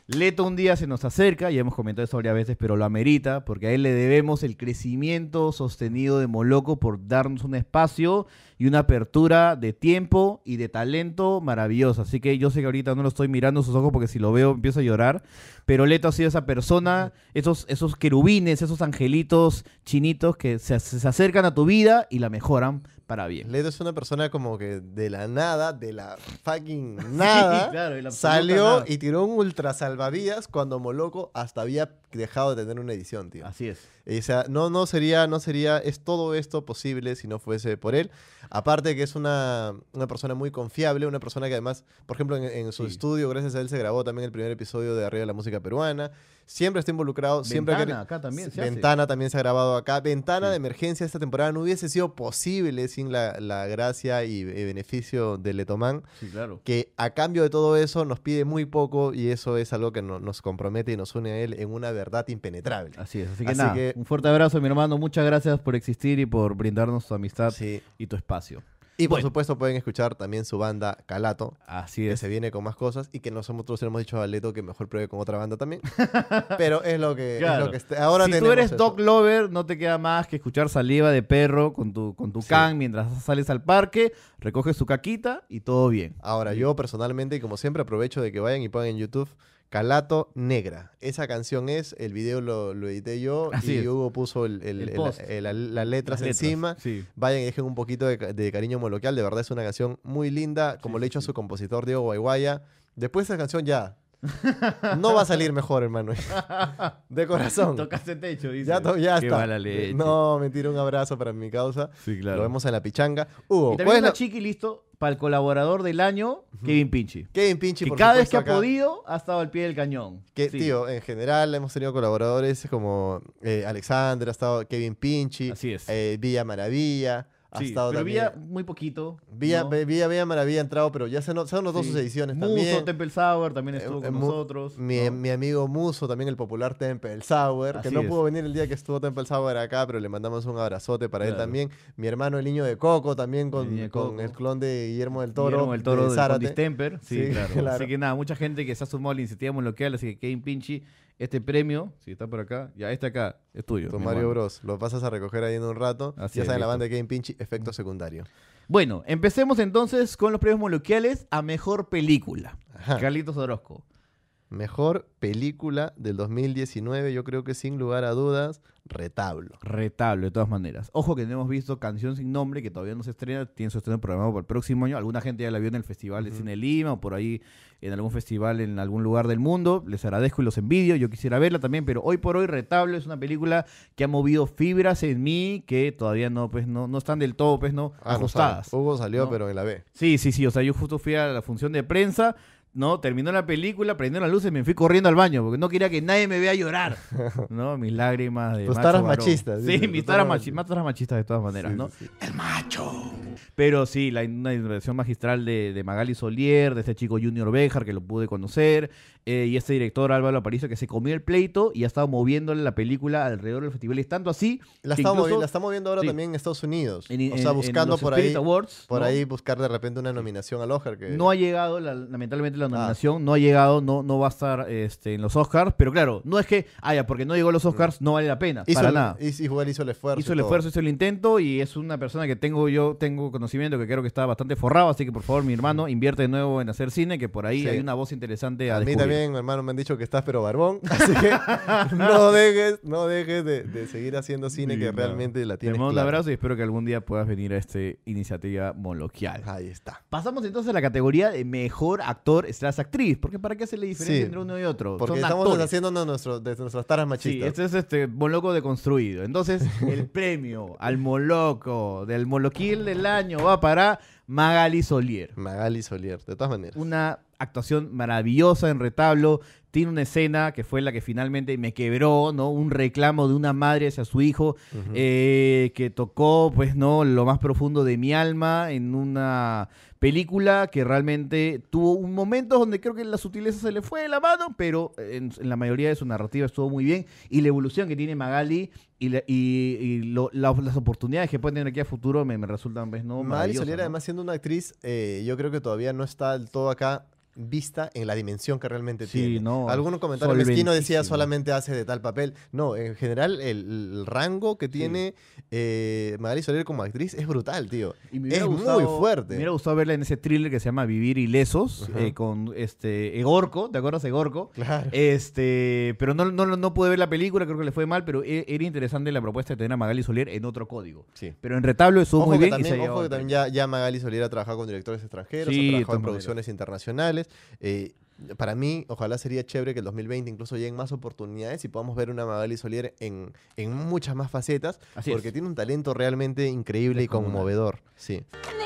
Leto un día se nos acerca, ya hemos comentado eso varias veces, pero lo amerita, porque a él le debemos el crecimiento sostenido de Moloco por darnos un espacio y una apertura de tiempo y de talento maravillosa. Así que yo sé que ahorita no lo estoy mirando en sus ojos porque si lo veo empiezo a llorar, pero Leto ha sido esa persona, esos, esos querubines, esos angelitos chinitos que se, se acercan a tu vida y la mejoran para bien. Leto es una persona como que de la nada, de la fucking nada, Sí, claro, y la absoluta salió nada. y tiró un ultra salvavidas cuando Moloco hasta había dejado de tener una edición, tío. Así es. Y, o sea, no, no sería, no sería, es todo esto posible si no fuese por él. Aparte que es una, una persona muy confiable, una persona que además, por ejemplo, en, en su Sí. estudio, gracias a él se grabó también el primer episodio de Arriba de la Música Peruana. Siempre está involucrado. siempre Ventana, que- acá también se hace. Ventana también se ha grabado acá. Ventana de emergencia esta temporada no hubiese sido posible sin la, la gracia y, y beneficio de Letomán. Sí, claro. Que a cambio de todo eso nos pide muy poco y eso es algo que no- nos compromete y nos une a él en una verdad impenetrable. Así es, así que nada, un fuerte abrazo, mi hermano, muchas gracias por existir y por brindarnos tu amistad y tu espacio. Y por Bueno. supuesto pueden escuchar también su banda Calato. Así que es. se viene con más cosas y que nosotros le hemos dicho a Leto que mejor pruebe con otra banda también. Pero es lo que, es Claro. lo que este- ahora si tú tenemos eres eso. dog lover, no te queda más que escuchar saliva de perro con tu, con tu can mientras sales al parque, recoges su caquita y todo bien. Ahora, yo personalmente, y como siempre, aprovecho de que vayan y pongan en YouTube Calato Negra. Esa canción es, el video lo, lo edité yo Así y es. Hugo puso el, el- El el- post. el- la- las letras Las letras, encima. sí. Vayan y dejen un poquito de, ca- de cariño moloquial. De verdad es una canción muy linda. Como le he dicho a su compositor Diego Guayguaya. Después de esa canción ya no va a salir mejor, hermano. De corazón. Tocaste techo, dice. Ya, to- ya Qué está. mala leche. No, mentira, un abrazo para mi causa. Sí, claro. Lo vemos en la pichanga. Hugo, Y ¿cuál también es una la- chiqui listo para el colaborador del año, Kevin Pinchi. Kevin Pinchi, que por cada vez que supuesto, ha acá. podido ha estado al pie del cañón. Que, Sí. tío, en general hemos tenido colaboradores como eh, Alexander, ha estado Kevin Pinchi, Así es. eh, Villa Maravilla, ha Sí, estado pero también... Villa muy poquito. Villa, ¿no? Ve- Villa, Villa Maravilla ha entrado, pero ya se, no, se han notado Sí. sus ediciones Muso, también. Temple Sour también estuvo Eh, con Mu- nosotros. Mi, ¿no? mi amigo Muso, también el popular Temple Sour, que Así no es. pudo venir el día que estuvo Temple Sour acá, pero le mandamos un abrazote para él Claro. también. Mi hermano el niño de Coco, también con, El Niño de con Coco. el clon de Guillermo del Toro. Guillermo del Toro de del Zárate. Condistemper. Sí, Sí, claro. claro. Así que nada, mucha gente que se ha sumado a la iniciativa Moloquial, así que Kevin Pinchi, este premio, si está por acá, ya este acá, es tuyo. Tu mi Mario hermano. Bros. Lo pasas a recoger ahí en un rato. Así ya es, saben, la listo. banda de Kevin Pinchi, efecto secundario. Bueno, empecemos entonces con los premios Moloquiales a Mejor Película. Ajá. Carlitos Orozco. Mejor película del dos mil diecinueve, yo creo que sin lugar a dudas, Retablo. Retablo, de todas maneras. Ojo que no hemos visto Canción Sin Nombre, que todavía no se estrena, tiene su estreno programado para el próximo año. Alguna gente ya la vio en el Festival de Cine Lima o por ahí en algún festival en algún lugar del mundo. Les agradezco y los envidio, yo quisiera verla también, pero hoy por hoy Retablo es una película que ha movido fibras en mí que todavía no, pues, no, no están del todo pues, no, Ah, no ajustadas. sabe. Hugo salió, ¿no? pero en la B. Sí, sí, sí, o sea, yo justo fui a la función de prensa, ¿no? Terminó la película, prendieron las luces y me fui corriendo al baño porque no quería que nadie me vea llorar, ¿no? Mis lágrimas de Tus macho taras varón. machistas, Sí, dice, mis tus taras, taras machi- más taras machistas de todas maneras, Sí, ¿no? sí, sí. El macho. Pero sí, la, una intervención magistral de, de Magali Solier, de este chico Junior Bejar, que lo pude conocer, eh, y este director Álvaro Aparicio, que se comió el pleito y ha estado moviéndole la película alrededor del festival. Y es tanto así La que está, movi- incluso- la está moviendo ahora sí. también en Estados Unidos. En- o sea, en- buscando en los por ahí, Spirit Awards, por ¿no? ahí buscar de repente una nominación al Oscar. Que... No ha llegado, la- lamentablemente la nominación no ha llegado, no, no va a estar este, en los Oscars, pero claro, no es que, ah, ya, porque no llegó a los Oscars, no vale la pena, hizo para el, nada. hizo- igual hizo el esfuerzo. Hizo y el todo. esfuerzo, hizo el intento y es una persona que tengo yo tengo conocimiento que creo que está bastante forrado, así que por favor mi hermano invierte de nuevo en hacer cine, que por ahí Sí. hay una voz interesante a, A mí descubrir. también, hermano, me han dicho que estás pero barbón. Así que no dejes, no dejes de, de seguir haciendo cine Sí, que no. realmente la Te tienes mando un clara. abrazo y espero que algún día puedas venir a esta iniciativa Moloquial. Ahí está. Pasamos entonces a la categoría de mejor actor slash actriz, porque ¿para qué hace la diferencia Sí, entre uno y otro? Porque Son estamos actores. deshaciéndonos nuestro, de nuestras taras Sí, machistas. este es este Moloco deconstruido. Entonces, el premio al Moloco del Moloquil del año va para Magali Solier. Magali Solier, de todas maneras. Una actuación maravillosa en Retablo. Tiene una escena que fue la que finalmente me quebró, ¿no? Un reclamo de una madre hacia su hijo, Ujú. eh, que tocó, pues, ¿no? Lo más profundo de mi alma en una película que realmente tuvo un momento donde creo que la sutileza se le fue de la mano, pero en, en la mayoría de su narrativa estuvo muy bien. Y la evolución que tiene Magali y, la- y- y lo- la- las oportunidades que pueden tener aquí a futuro me, me resultan, pues, ¿no? Magali maravillosas, Solier, ¿no? además siendo una actriz, eh, yo creo que todavía no está del todo acá. vista en la dimensión que realmente Sí, tiene. no, Algún comentario mezquino decía solventísimo. solamente hace de tal papel. No, en general el, el rango que tiene eh, Magali Soler como actriz es brutal, tío. Y me Es hubiera muy gustado- fuerte. Me hubiera gustado verla en ese thriller que se llama Vivir Ilesos, Ajá. eh, con este Egorco, ¿te acuerdas de Egorco? Claro. Este, pero no, no, no pude ver la película, creo que le fue mal, pero e- era interesante la propuesta de tener a Magali Solier en otro código. Sí. Pero en Retablo estuvo Ojo muy que bien. y se también, ha ojo llevado que el también ya, ya Magali Solier ha trabajado con directores extranjeros, Sí, ha de trabajado todas en maneras. producciones internacionales. Eh, para mí, ojalá sería chévere que el dos mil veinte incluso lleguen más oportunidades y podamos ver una Magali Solier en, en muchas más facetas, Así porque es. tiene un talento realmente increíble y Descomunal. conmovedor. Sí.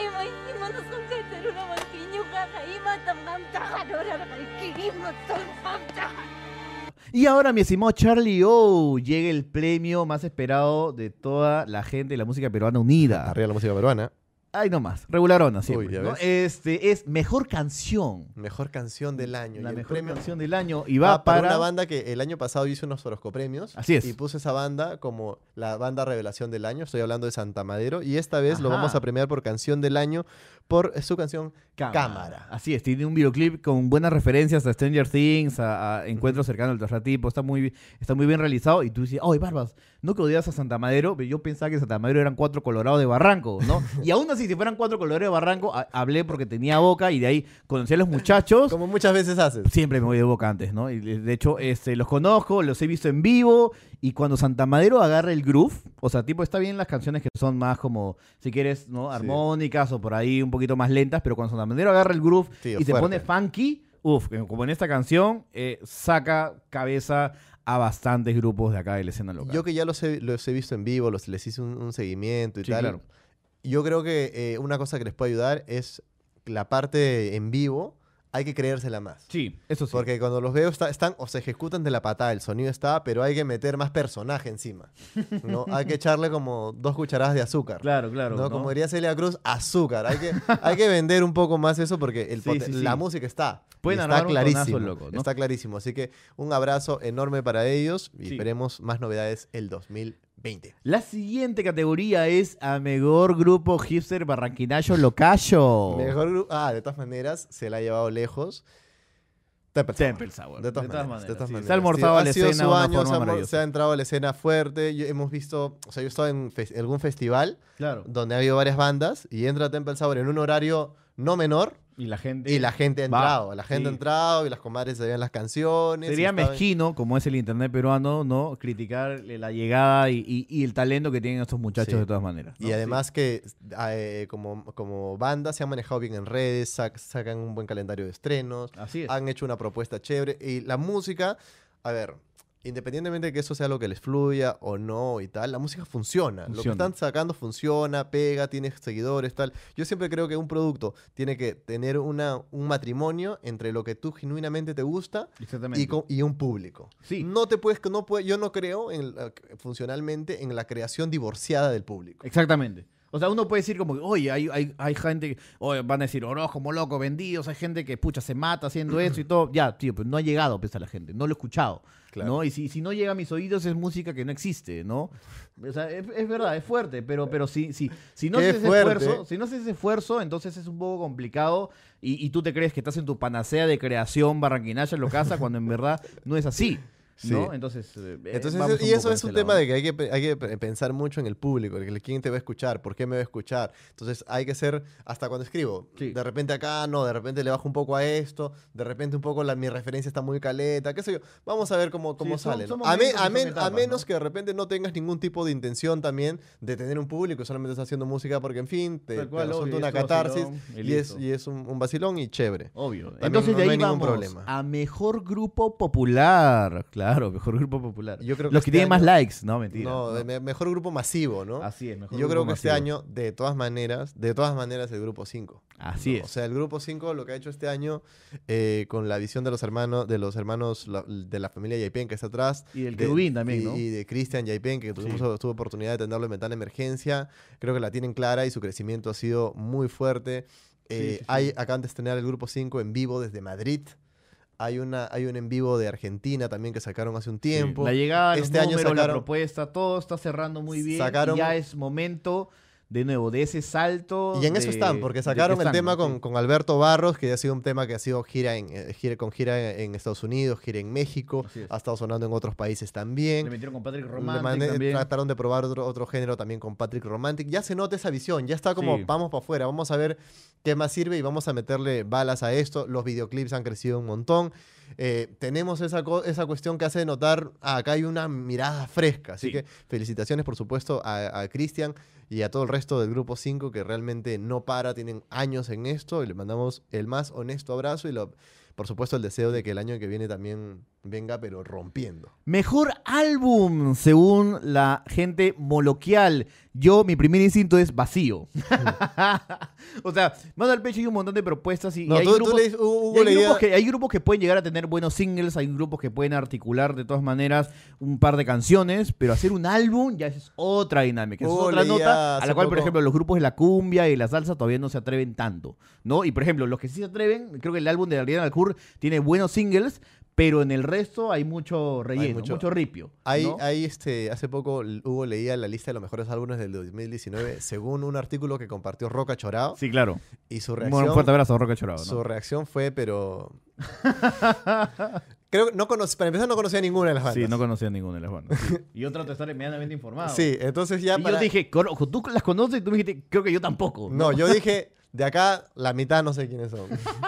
Y ahora, mi estimado Charlie O, llega el premio más esperado de toda la gente de la música peruana unida. Arriba la música peruana. Ay, no más. Regularona, siempre. Uy, ya ¿no? ves. Este es mejor canción. Mejor canción del año. La y el mejor premio canción del año. Y va va para para. una banda que el año pasado hizo unos Orozco-premios. Así es. Y puse esa banda como la banda revelación del año. Estoy hablando de Santa Madero. Y esta vez lo Ajá. vamos a premiar por canción del año por su canción Cámara. Así es, tiene un videoclip con buenas referencias a Stranger Things, a, a Encuentro Cercano al Tercer Tipo. Está muy, está muy bien realizado. Y tú dices, ¡ay, Barbas! No que odias a Santa Madero, pero yo pensaba que Santa Madero eran cuatro colorados de Barranco, ¿no? Y aún así, si fueran cuatro colorados de Barranco, a- hablé porque tenía boca y de ahí conocí a los muchachos. Como muchas veces haces. Siempre me voy de boca antes, ¿no? Y de hecho, este, los conozco, los he visto en vivo. Y cuando Santa Madero agarra el groove, o sea, tipo, está bien las canciones que son más como, si quieres, ¿no? Armónicas o por ahí un poquito más lentas, pero cuando Santa Madero agarra el groove Sí, y se fuerte. pone funky, uff, como en esta canción, eh, saca cabeza a bastantes grupos de acá de la escena local. Yo que ya los he, los he visto en vivo, los, les hice un, un seguimiento y Sí, tal. claro. Yo creo que eh, una cosa que les puede ayudar es la parte en vivo. Hay que creérsela más. Sí, eso sí. Porque cuando los veo está- están o se ejecutan de la patada, el sonido está, pero hay que meter más personaje encima. ¿No? Hay que echarle como dos cucharadas de azúcar. Claro, claro. ¿no? ¿no? Como diría Celia Cruz, azúcar. Hay que, hay que vender un poco más eso porque el Sí, poten- sí, sí. la música está. Pueden y armar está un tonazo clarísimo. loco, ¿no? Está clarísimo. Así que un abrazo enorme para ellos y Sí. esperemos más novedades el dos mil veinte. La siguiente categoría es a mejor grupo hipster barranquinayo locayo. Mejor grupo. Ah, de todas maneras, se la ha llevado lejos. Temple Sour. Temple Sour. De todas De todas maneras. maneras, de todas sí. maneras. Se ha almorzado Sí, a la ha sido escena su de una año, forma se ha, mo- maravillosa. se ha entrado a la escena fuerte. Yo- hemos visto, o sea, yo he estado en fes- algún festival Claro. donde ha habido varias bandas y entra Temple Sour en un horario no menor. Y la gente. Y la gente ha va, entrado, la gente sí. ha entrado y las comadres sabían las canciones. y Sería estaban- mezquino, como es el internet peruano, ¿no? Criticar la llegada y, y- y el talento que tienen estos muchachos Sí. de todas maneras. ¿no? Y además que eh, como, como banda se han manejado bien en redes, sac- sacan un buen calendario de estrenos, Así es. han hecho una propuesta chévere. Y la música, a ver, independientemente de que eso sea lo que les fluya o no y tal, la música funciona. Lo que Funciona. están sacando funciona, pega, tiene seguidores, tal. Yo siempre creo que un producto tiene que tener una, un matrimonio entre lo que tú genuinamente te gusta Exactamente. y, co- y un público. Sí. No te puedes, no puede, yo no creo en la- funcionalmente en la creación divorciada del público. Exactamente. O sea, uno puede decir como que, oye, hay, hay, hay gente, que, oye, van a decir, oro, como loco, vendidos, hay gente que, pucha, se mata haciendo eso y todo. Ya, tío, pues no ha llegado, pues, a la gente, no lo he escuchado, Claro. ¿no? Y si, si no llega a mis oídos es música que no existe, ¿no? O sea, es, es verdad, es fuerte, pero, pero si, si, si no Qué haces ese fuerte. esfuerzo, si no haces ese esfuerzo, entonces es un poco complicado y, y tú te crees que estás en tu panacea de creación barranquinaya en lo casa cuando en verdad no es así. ¿no? Sí. Entonces, eh, Entonces, vamos y un eso poco en es un ese tema lado. de que hay que, pe- hay que pe- pensar mucho en el público, de que quién te va a escuchar, por qué me va a escuchar. Entonces hay que ser, hasta cuando escribo, Sí. de repente acá, no, de repente le bajo un poco a esto, de repente un poco la, mi referencia está muy caleta, qué sé yo. Vamos a ver cómo, cómo Sí, son- sale. ¿no? son A, me- momentos y a son men- a etapas, menos ¿no? que de repente no tengas ningún tipo de intención también de tener un público, solamente estás haciendo música porque, en fin, te, Tal cual, te resulta obvio, una es tu catarsis vacilón, y y es, listo. y es un, un vacilón y chévere. Obvio. También Entonces no- de no ahí hay ningún vamos problema. a mejor grupo popular. Claro, mejor grupo popular. Yo creo que Los que este tienen más año- likes, no, mentira. No, no. de me- mejor grupo masivo, ¿no? Así es, mejor Yo creo grupo que este masivo. año, de todas maneras, de todas maneras, el grupo cinco. Así ¿no? es. O sea, el grupo cinco lo que ha hecho este año eh, con la visión de los hermanos, de los hermanos la- de la familia Yaipen que está atrás. Y del de- Querubín también, y, ¿no? Y de Cristian Yaipen, que tuvimos Sí. tuve oportunidad de tenerlo en Ventana Emergencia. Creo que la tienen clara y su crecimiento ha sido muy fuerte. Eh, Sí, sí, sí. Hay, acaban de estrenar el grupo cinco en vivo desde Madrid. Hay, una, hay un en vivo de Argentina también que sacaron hace un tiempo. La llegada, este los año números, la sacaron, propuesta, todo está cerrando muy bien. sacaron- y ya es momento de nuevo, de ese salto. Y en eso de- están, porque de sacaron que el están, tema ¿no? con, Sí. con Alberto Barros, que ha sido un tema que ha sido gira, en, eh, gira con gira en Estados Unidos, gira en México, Así es. ha estado sonando en otros países también. Le metieron con Patrick Le Romantic mandé- también. Trataron de probar otro, otro género también con Patrick Romantic. Ya se nota esa visión, ya está como Sí. vamos para afuera, vamos a ver qué más sirve y vamos a meterle balas a esto. Los videoclips han crecido un montón. Eh, tenemos esa, co- esa cuestión que hace notar, ah, acá hay una mirada fresca. Así Sí. que felicitaciones, por supuesto, a, a Cristian y a todo el resto del Grupo cinco que realmente no para, tienen años en esto y le mandamos el más honesto abrazo y lo, por supuesto el deseo de que el año que viene también venga, pero rompiendo. Mejor álbum, según la gente moloquial. Yo, mi primer instinto es vacío. O sea, mano al pecho hay un montón de propuestas y, No, y hay, tú- tú grupos, lees- Hugo y hay, leía- grupos que, hay grupos que pueden llegar a tener buenos singles, hay grupos que pueden articular de todas maneras un par de canciones, pero hacer un álbum ya es otra dinámica, es Hugo otra leía nota a hace la cual, por poco- ejemplo, los grupos de la cumbia y la salsa todavía no se atreven tanto, ¿no? Y, por ejemplo, los que sí se atreven, creo que el álbum de Ariana Alcour tiene buenos singles, pero en el resto hay mucho relleno, mucho- mucho, ripio. Hay, ¿no? hay este, hace poco l- Hugo leía la lista de los mejores álbumes del dos mil diecinueve según un artículo que compartió Roca Chorao. Sí, claro. Y su Un reacción. fuerte abrazo a Roca Chorao, ¿no? Su reacción fue, pero. Creo que no conoce, para empezar, no conocía ninguna de las bandas. Sí, no conocía ninguna de las bandas. sí. Y yo trato de estar medianamente informado. Sí, entonces ya Y para- yo dije, "Coro- tú las conoces y tú me dijiste, creo que yo tampoco. No, yo dije, de acá la mitad no sé quiénes son.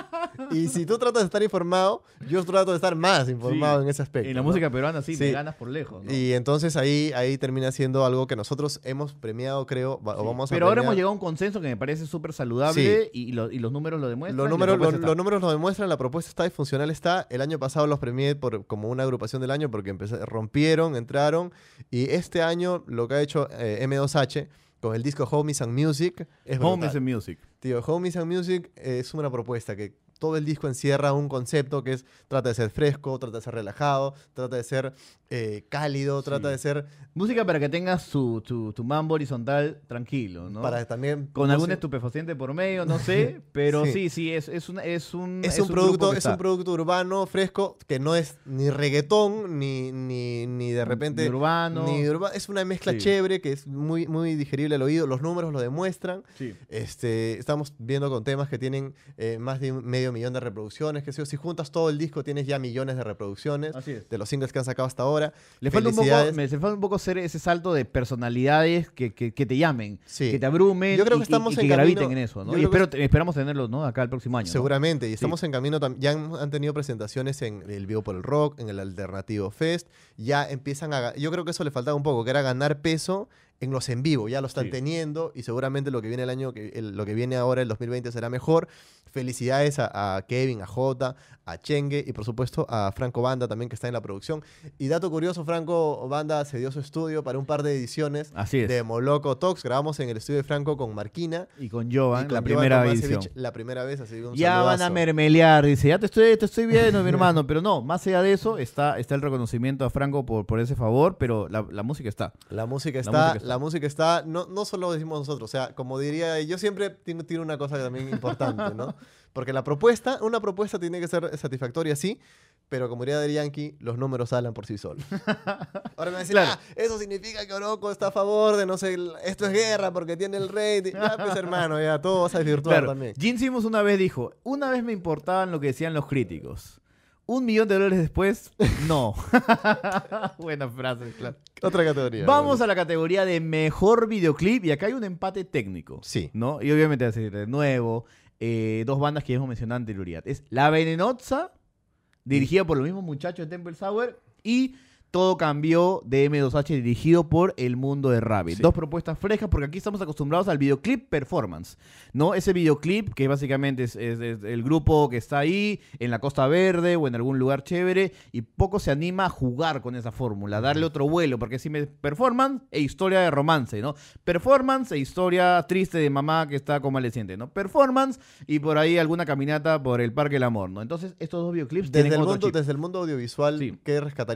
Y si tú tratas de estar informado, yo trato de estar más informado Sí. en ese aspecto. En la ¿no? música peruana sí, me ganas por lejos, ¿no? Y entonces ahí, ahí termina siendo algo que nosotros hemos premiado, creo, va- o vamos a Pero ahora premiar. hemos llegado a un consenso que me parece súper saludable y, lo- y los números lo demuestran. Los y la números, propuesta los, está. los números lo demuestran, la propuesta está y funcional está. El año pasado los premié por, como una agrupación del año porque empecé- rompieron, entraron. Y este año lo que ha hecho eh, M dos H con el disco Homies and Music es brutal. Homies and Music. Tío, Homies and Music es una propuesta que todo el disco encierra un concepto que es trata de ser fresco, trata de ser relajado, trata de ser eh, cálido, trata de ser... Música para que tengas tu, tu, tu mambo horizontal tranquilo, ¿no? Para también... Con no algún sé- estupefaciente por medio, no sé, pero Sí. sí, sí, es, es, un, es un Es, un, grupo producto, que es está. un producto urbano, fresco, que no es ni reggaetón, ni, ni, ni de repente... Ni urbano. ni urba- es una mezcla Sí. chévere, que es muy, muy digerible al oído. Los números lo demuestran. Sí. Este, estamos viendo con temas que tienen eh, más de un medio millón de reproducciones. Que si, si juntas todo el disco, tienes ya millones de reproducciones. Así es. De los singles que han sacado hasta ahora. Le falta, un poco, Felicidades. me, le falta un poco hacer ese salto de personalidades que, que, que te llamen, Sí. que te abrumen Yo creo y, que estamos y que en graviten camino- en eso, ¿no? yo Y creo que espero, esperamos tenerlos, ¿no? Acá el próximo año. ¿no? Seguramente, y Sí. estamos en camino, tam- ya han, han tenido presentaciones en el Vivo por el Rock, en el Alternativo Fest, ya empiezan a... ga- Yo creo que eso le faltaba un poco, que era ganar peso en los en vivo, ya lo están Sí. teniendo y seguramente lo que viene el año, que el- lo que viene ahora, el dos mil veinte, será mejor. Felicidades a, a Kevin, a Jota, a Chengue y por supuesto a Franco Banda también que está en la producción. Y dato curioso, Franco Banda se dio su estudio para un par de ediciones Así es. de Moloco Talks. Grabamos en el estudio de Franco con Marquina. Y con Jovan, y con la Jovan primera Tomasevich edición. La primera vez, así que un Ya van a saludazo. mermelear, dice, ya te estoy, te estoy viendo, mi hermano. Pero no, más allá de eso, está, está el reconocimiento a Franco por, por ese favor, pero la, la música está. La música La está, música está. la música está, no, no solo decimos nosotros, o sea, como diría, yo siempre tengo, tiene una cosa también importante, ¿no? Porque la propuesta, una propuesta tiene que ser satisfactoria, sí, pero como diría Daddy Yankee, los números hablan por sí solos. Ahora me van a decir, Claro. ah, eso significa que Oroco está a favor de, no sé, el- esto es guerra porque tiene el rating. Ya, pues hermano, ya, todo vas a desvirtuar Claro, también. Gene Simmons una vez dijo, una vez me importaban lo que decían los críticos. Un millón de dólares después, no. Buena frase, claro. Otra categoría. Vamos a la categoría de mejor videoclip y acá hay un empate técnico. Sí. ¿No? Y obviamente, así, de nuevo, eh, dos bandas que ya hemos mencionado anterioridad. Es La Venenosa, dirigida por los mismos muchachos de Temple Sour, y Todo Cambió de M dos H, dirigido por El Mundo de Rabbit. Sí. Dos propuestas frescas porque aquí estamos acostumbrados al videoclip performance, ¿no? Ese videoclip que básicamente es, es- es el grupo que está ahí en la Costa Verde o en algún lugar chévere y poco se anima a jugar con esa fórmula, darle otro vuelo, porque si me performance e historia de romance, ¿no? Performance e historia triste de mamá que está convaleciente, ¿no? Performance y por ahí alguna caminata por el Parque del Amor, ¿no? Entonces estos dos videoclips Desde tienen el, otro mundo, chip. desde el mundo audiovisual, Sí. ¿qué rescatarías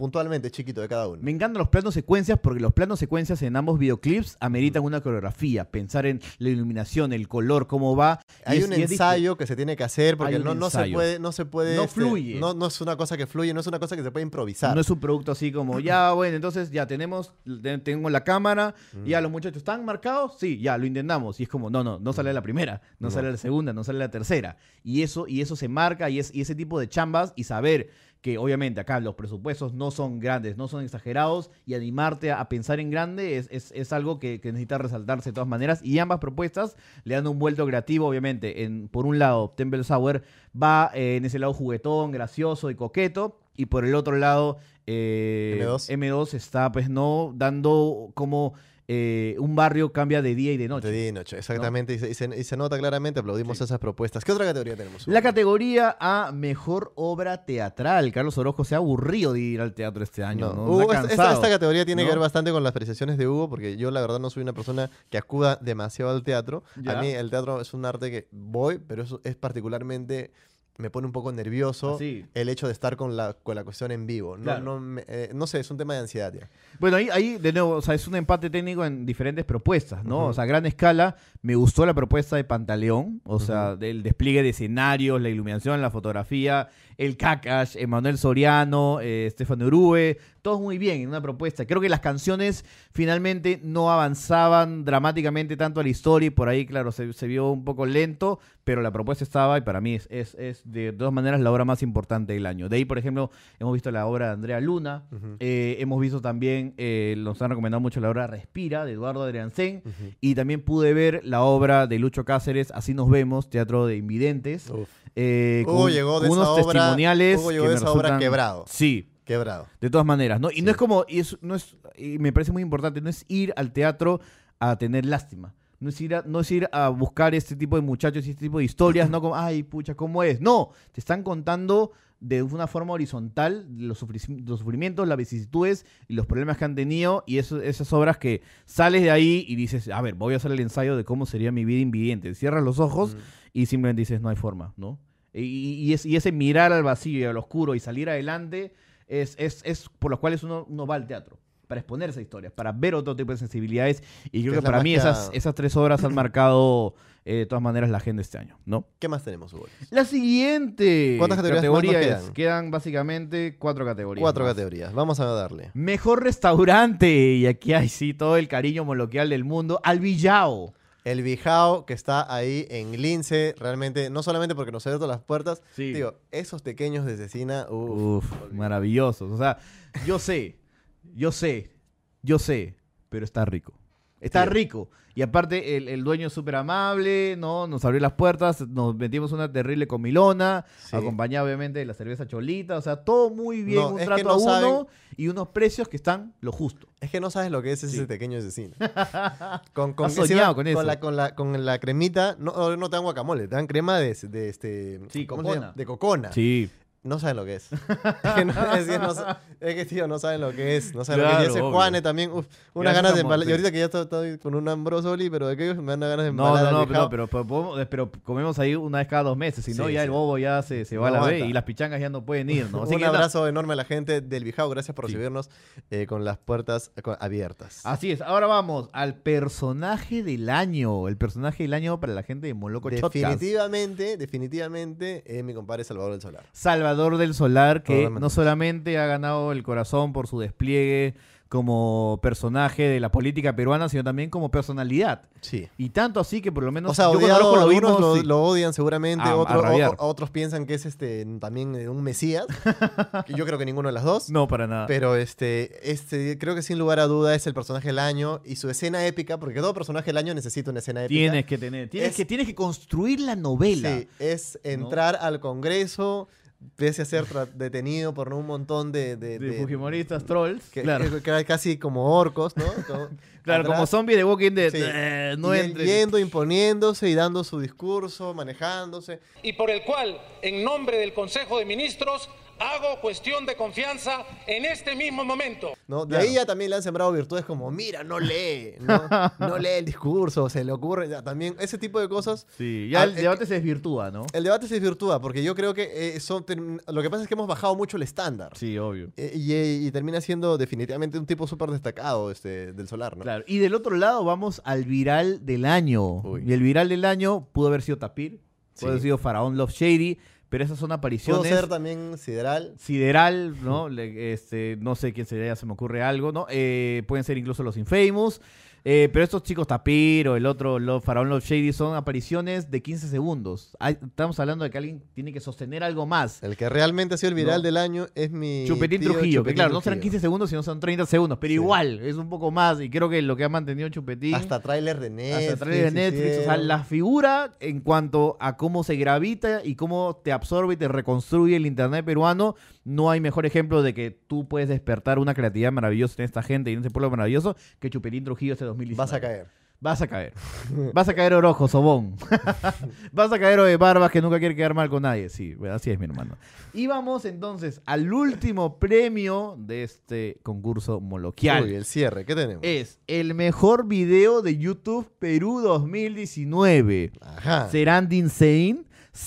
puntualmente, chiquito, de cada uno. Me encantan los planos secuencias porque los planos secuencias en ambos videoclips ameritan una coreografía, pensar en la iluminación, el color, cómo va. Hay es, un ensayo que se tiene que hacer porque no, no se puede, no se puede. No este, fluye. No, no es una cosa que fluye, no es una cosa que se puede improvisar. No es un producto así como, ya, bueno, entonces ya tenemos, tengo la cámara, mm. ya los muchachos están marcados, sí, ya, lo intentamos. Y es como, no, no, no sale la primera, no, no. sale la segunda, no sale la tercera. Y eso, y eso se marca y, es, y ese tipo de chambas y saber que obviamente acá los presupuestos no son grandes, no son exagerados, y animarte a, a pensar en grande es, es, es algo que, que necesita resaltarse de todas maneras, y ambas propuestas le dan un vuelto creativo, obviamente. En, por un lado, Temple Sour va eh, en ese lado juguetón, gracioso y coqueto, y por el otro lado, eh, eme dos. eme dos está pues no dando como... Eh, un barrio cambia de día y de noche. De día y noche, exactamente. ¿No? Y, se, y, se, y se nota claramente, aplaudimos sí. esas propuestas. ¿Qué otra categoría tenemos? La categoría a Mejor Obra Teatral. Carlos Orozco se ha aburrido de ir al teatro este año. No. ¿no? Hugo, esta, esta, esta categoría tiene ¿no? que ver bastante con las apreciaciones de Hugo, porque yo la verdad no soy una persona que acuda demasiado al teatro. ¿Ya? A mí el teatro es un arte que voy, pero eso es particularmente... me pone un poco nervioso Así. el hecho de estar con la, con la cuestión en vivo. No, Claro. no, me, eh, no sé, es un tema de ansiedad ya. Bueno, ahí, ahí de nuevo, o sea, es un empate técnico en diferentes propuestas, ¿no? Uh-huh. O sea, a gran escala, me gustó la propuesta de Pantaleón, o uh-huh. sea, del despliegue de escenarios, la iluminación, la fotografía, el Kakash, Emanuel Soriano, eh, Estefano Urue, todos muy bien en una propuesta. Creo que las canciones finalmente no avanzaban dramáticamente tanto a la historia y por ahí, claro, se, se vio un poco lento, pero la propuesta estaba y para mí es, es, es de todas maneras la obra más importante del año. De ahí, por ejemplo, hemos visto la obra de Andrea Luna, uh-huh. eh, hemos visto también, eh, nos han recomendado mucho la obra Respira, de Eduardo Adriancén, uh-huh. y también pude ver la obra de Lucho Cáceres, Así nos vemos, Teatro de Invidentes. Eh, Hugo con, llegó de con unos esa obra, testimoniales Hugo llegó que de me esa resultan, obra quebrado. Sí. Quebrado. De todas maneras, ¿no? Y sí. no es como, y es, no es, y me parece muy importante, no es ir al teatro a tener lástima. No es, ir a, no es ir a buscar este tipo de muchachos y este tipo de historias, no como, ay, pucha, ¿cómo es? No, te están contando de una forma horizontal los, sufri- los sufrimientos, las vicisitudes y los problemas que han tenido, y eso, esas obras que sales de ahí y dices, a ver, voy a hacer el ensayo de cómo sería mi vida invidente. Cierras los ojos mm. y simplemente dices, no hay forma, ¿no? Y, y, es, y ese mirar al vacío y al oscuro y salir adelante es, es, es por los cuales uno, uno va al teatro. Para exponerse a historias, para ver otro tipo de sensibilidades. Y creo que para mí esas, esas tres obras han marcado eh, de todas maneras la agenda este año, ¿no? ¿Qué más tenemos, Hugo? La siguiente ¿Cuántas categorías, categoría quedan? Es, quedan básicamente cuatro categorías. Cuatro más. categorías. Vamos a darle. Mejor restaurante. Y aquí hay sí todo el cariño moloquial del mundo. Al Villao. El Bijao, que está ahí en Lince, realmente, no solamente porque nos ha abierto las puertas, sí. digo, esos pequeños de cecina, uff, uf maravillosos. O sea, yo sé, yo sé, yo sé, pero está rico. Está sí. rico. Y aparte, el, el dueño es súper amable, ¿no? Nos abrió las puertas, nos metimos una terrible comilona, sí. acompañada obviamente de la cerveza cholita, o sea, todo muy bien, no, un trato no a uno saben... y unos precios que están lo justo. Es que no sabes lo que es ese sí. pequeño asesino. con, con, Has soñado con eso. Con la, con, la, con la cremita, no, no te dan guacamole, te dan crema de, de este... Sí, ¿cómo cocona. se llama? De cocona. Sí. No saben lo que es. es, que no, es, que no, es que, tío, no saben lo que es. No saben claro, lo que es. Y ese Juane también, uf, unas ganas de embalar. Y ahorita que ya estoy, estoy con un Ambrosoli, pero de aquellos me dan ganas de embalar. No, no, no, pero, pero, pero, pero, pero comemos ahí una vez cada dos meses. Si no, sí, ya sí. el bobo ya se, se va no a la vez y las pichangas ya no pueden ir, ¿no? Así un que abrazo no. enorme a la gente del Bijao. Gracias por sí. recibirnos eh, con las puertas abiertas. Así es. Ahora vamos al personaje del año. El personaje del año para la gente de Moloco Chotcas. Definitivamente, definitivamente, eh, mi compadre Salvador del Solar. Salvador del Solar. Que no solamente ha ganado el corazón por su despliegue como personaje de la política peruana, sino también como personalidad. Sí. Y tanto así que por lo menos... O sea, yo odiado, lo algunos vimos, lo, sí. lo odian seguramente, a, otros, a o, otros piensan que es este también un mesías. Que yo creo que ninguno de las dos. No, para nada. Pero este, este, creo que sin lugar a duda es el personaje del año y su escena épica, porque todo personaje del año necesita una escena épica. Tienes que tener, tienes, es, que, tienes que construir la novela. Sí, es entrar ¿no? al Congreso... pese a ser detenido por un montón de... De, de, de fujimoristas trolls, que, claro. que, que casi como orcos, ¿no? Como, claro, atrás. como zombies de Walking Dead. Sí. Eh, no y entre. yendo, imponiéndose y dando su discurso, manejándose. Y por el cual, en nombre del Consejo de Ministros, Hago cuestión de confianza en este mismo momento. ¿No? De Claro. ahí ya también le han sembrado virtudes como, mira, no lee, no, no lee el discurso, se le ocurre, ya, también ese tipo de cosas. Sí, ya Ah, el eh, debate se desvirtúa, ¿no? El debate se desvirtúa porque yo creo que eh, son, term- lo que pasa es que hemos bajado mucho el estándar. Sí, obvio. Eh, y, eh, y termina siendo definitivamente un tipo súper destacado este, del Solar, ¿no? Claro. Y del otro lado vamos al viral del año. Y el viral del año pudo haber sido Tapir, pudo Sí. haber sido Faraón Love Shady, pero esas son apariciones. Pudo ser también Sideral. Sideral, ¿no? Le- este, no sé quién sería, se me ocurre algo, ¿no? Eh, pueden ser incluso los Infamous. Eh, pero estos chicos Tapir o el otro Love, Faraón Love Shady son apariciones de quince segundos. Hay- estamos hablando de que alguien tiene que sostener algo más. El que realmente ha sido el viral No. del año es mi Chupetín tío Trujillo, que Chupetín claro, no serán Trujillo. quince segundos, sino son treinta segundos, pero igual, es un poco más. Y creo que lo que ha mantenido Chupetín. Hasta tráiler de Netflix. Hasta tráiler de Netflix. O sea, hicieron. la figura en cuanto a cómo se gravita y cómo te absorbe y te reconstruye el internet peruano, no hay mejor ejemplo de que tú puedes despertar una creatividad maravillosa en esta gente y en este pueblo maravilloso que Chupetín Trujillo este dos mil diecinueve. Vas a caer. Vas a caer. Vas a caer Orojo, Sobón. Vas a caer de Barbas que nunca quiere quedar mal con nadie. Sí, así es, mi hermano. Y vamos entonces al último premio de este concurso moloquial. Uy, el cierre, ¿qué tenemos? Es el mejor video de YouTube Perú dos mil diecinueve. Ajá. ¿Será Andy Insane?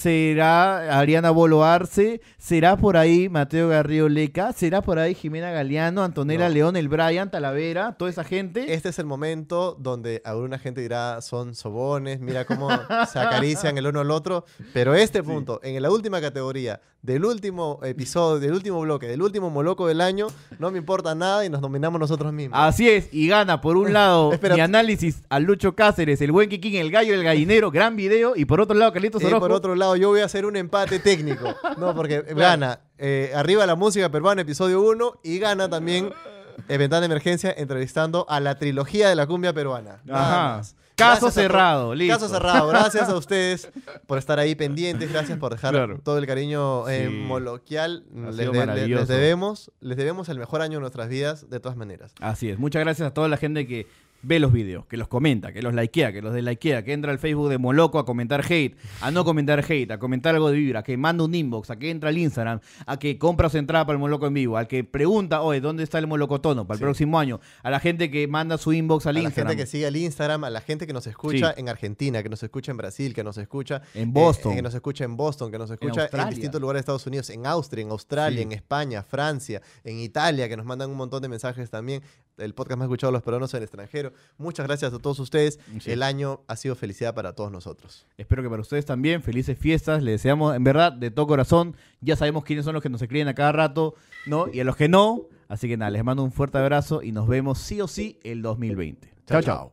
¿Será Ariana Bolo Arce? ¿Será por ahí Mateo Garrido Leca? ¿Será por ahí Jimena Galeano, Antonella No. León, el Brian, Talavera, toda esa gente? Este es el momento donde alguna gente dirá son sobones, mira cómo se acarician el uno al otro. Pero este punto, en la última categoría, del último episodio, del último bloque, del último moloco del año, no me importa nada y nos nominamos nosotros mismos. Así es, y gana por un lado Espera. mi análisis a Lucho Cáceres, el buen Kikín, el gallo, el gallinero, gran video, y por otro lado Carlitos Y Orojo. por otro lado, yo voy a hacer un empate técnico. No, porque gana eh, Arriba la Música Peruana, episodio uno, y gana también eh, Ventana de Emergencia, entrevistando a la trilogía de la cumbia peruana. Nada Ajá. más. Caso Gracias a to- cerrado, listo. Caso cerrado. Gracias a ustedes por estar ahí pendientes. Gracias por dejar Claro. todo el cariño eh, Sí. moloquial. Ha Les, sido de- maravilloso. les debemos, les debemos el mejor año de nuestras vidas, de todas maneras. Así es. Muchas gracias a toda la gente que ve los videos, que los comenta, que los likea, que los deslikea, que entra al Facebook de Moloco a comentar hate, a no comentar hate, a comentar algo de Vibra, que manda un inbox, a que entra al Instagram, a que compra su entrada para el Moloco en vivo, al que pregunta, oye, ¿dónde está el Molocotono para el Sí. próximo año? A la gente que manda su inbox al A la Instagram. gente que sigue el Instagram, a la gente que nos escucha Sí. en Argentina, que nos escucha en Brasil, que nos escucha En Boston. eh, que nos escucha en Boston, que nos escucha en, Australia. distintos lugares de Estados Unidos, en Austria, en Australia, Sí. en España, Francia, en Italia, que nos mandan un montón de mensajes también. El podcast más escuchado de los peruanos en el extranjero. Muchas gracias a todos ustedes. Sí. El año ha sido felicidad para todos nosotros. Espero que para ustedes también, felices fiestas, les deseamos en verdad de todo corazón, ya sabemos quiénes son los que nos escriben a cada rato, ¿no? Y a los que no, así que nada, les mando un fuerte abrazo y nos vemos sí o sí el dos mil veinte. Chao, chao.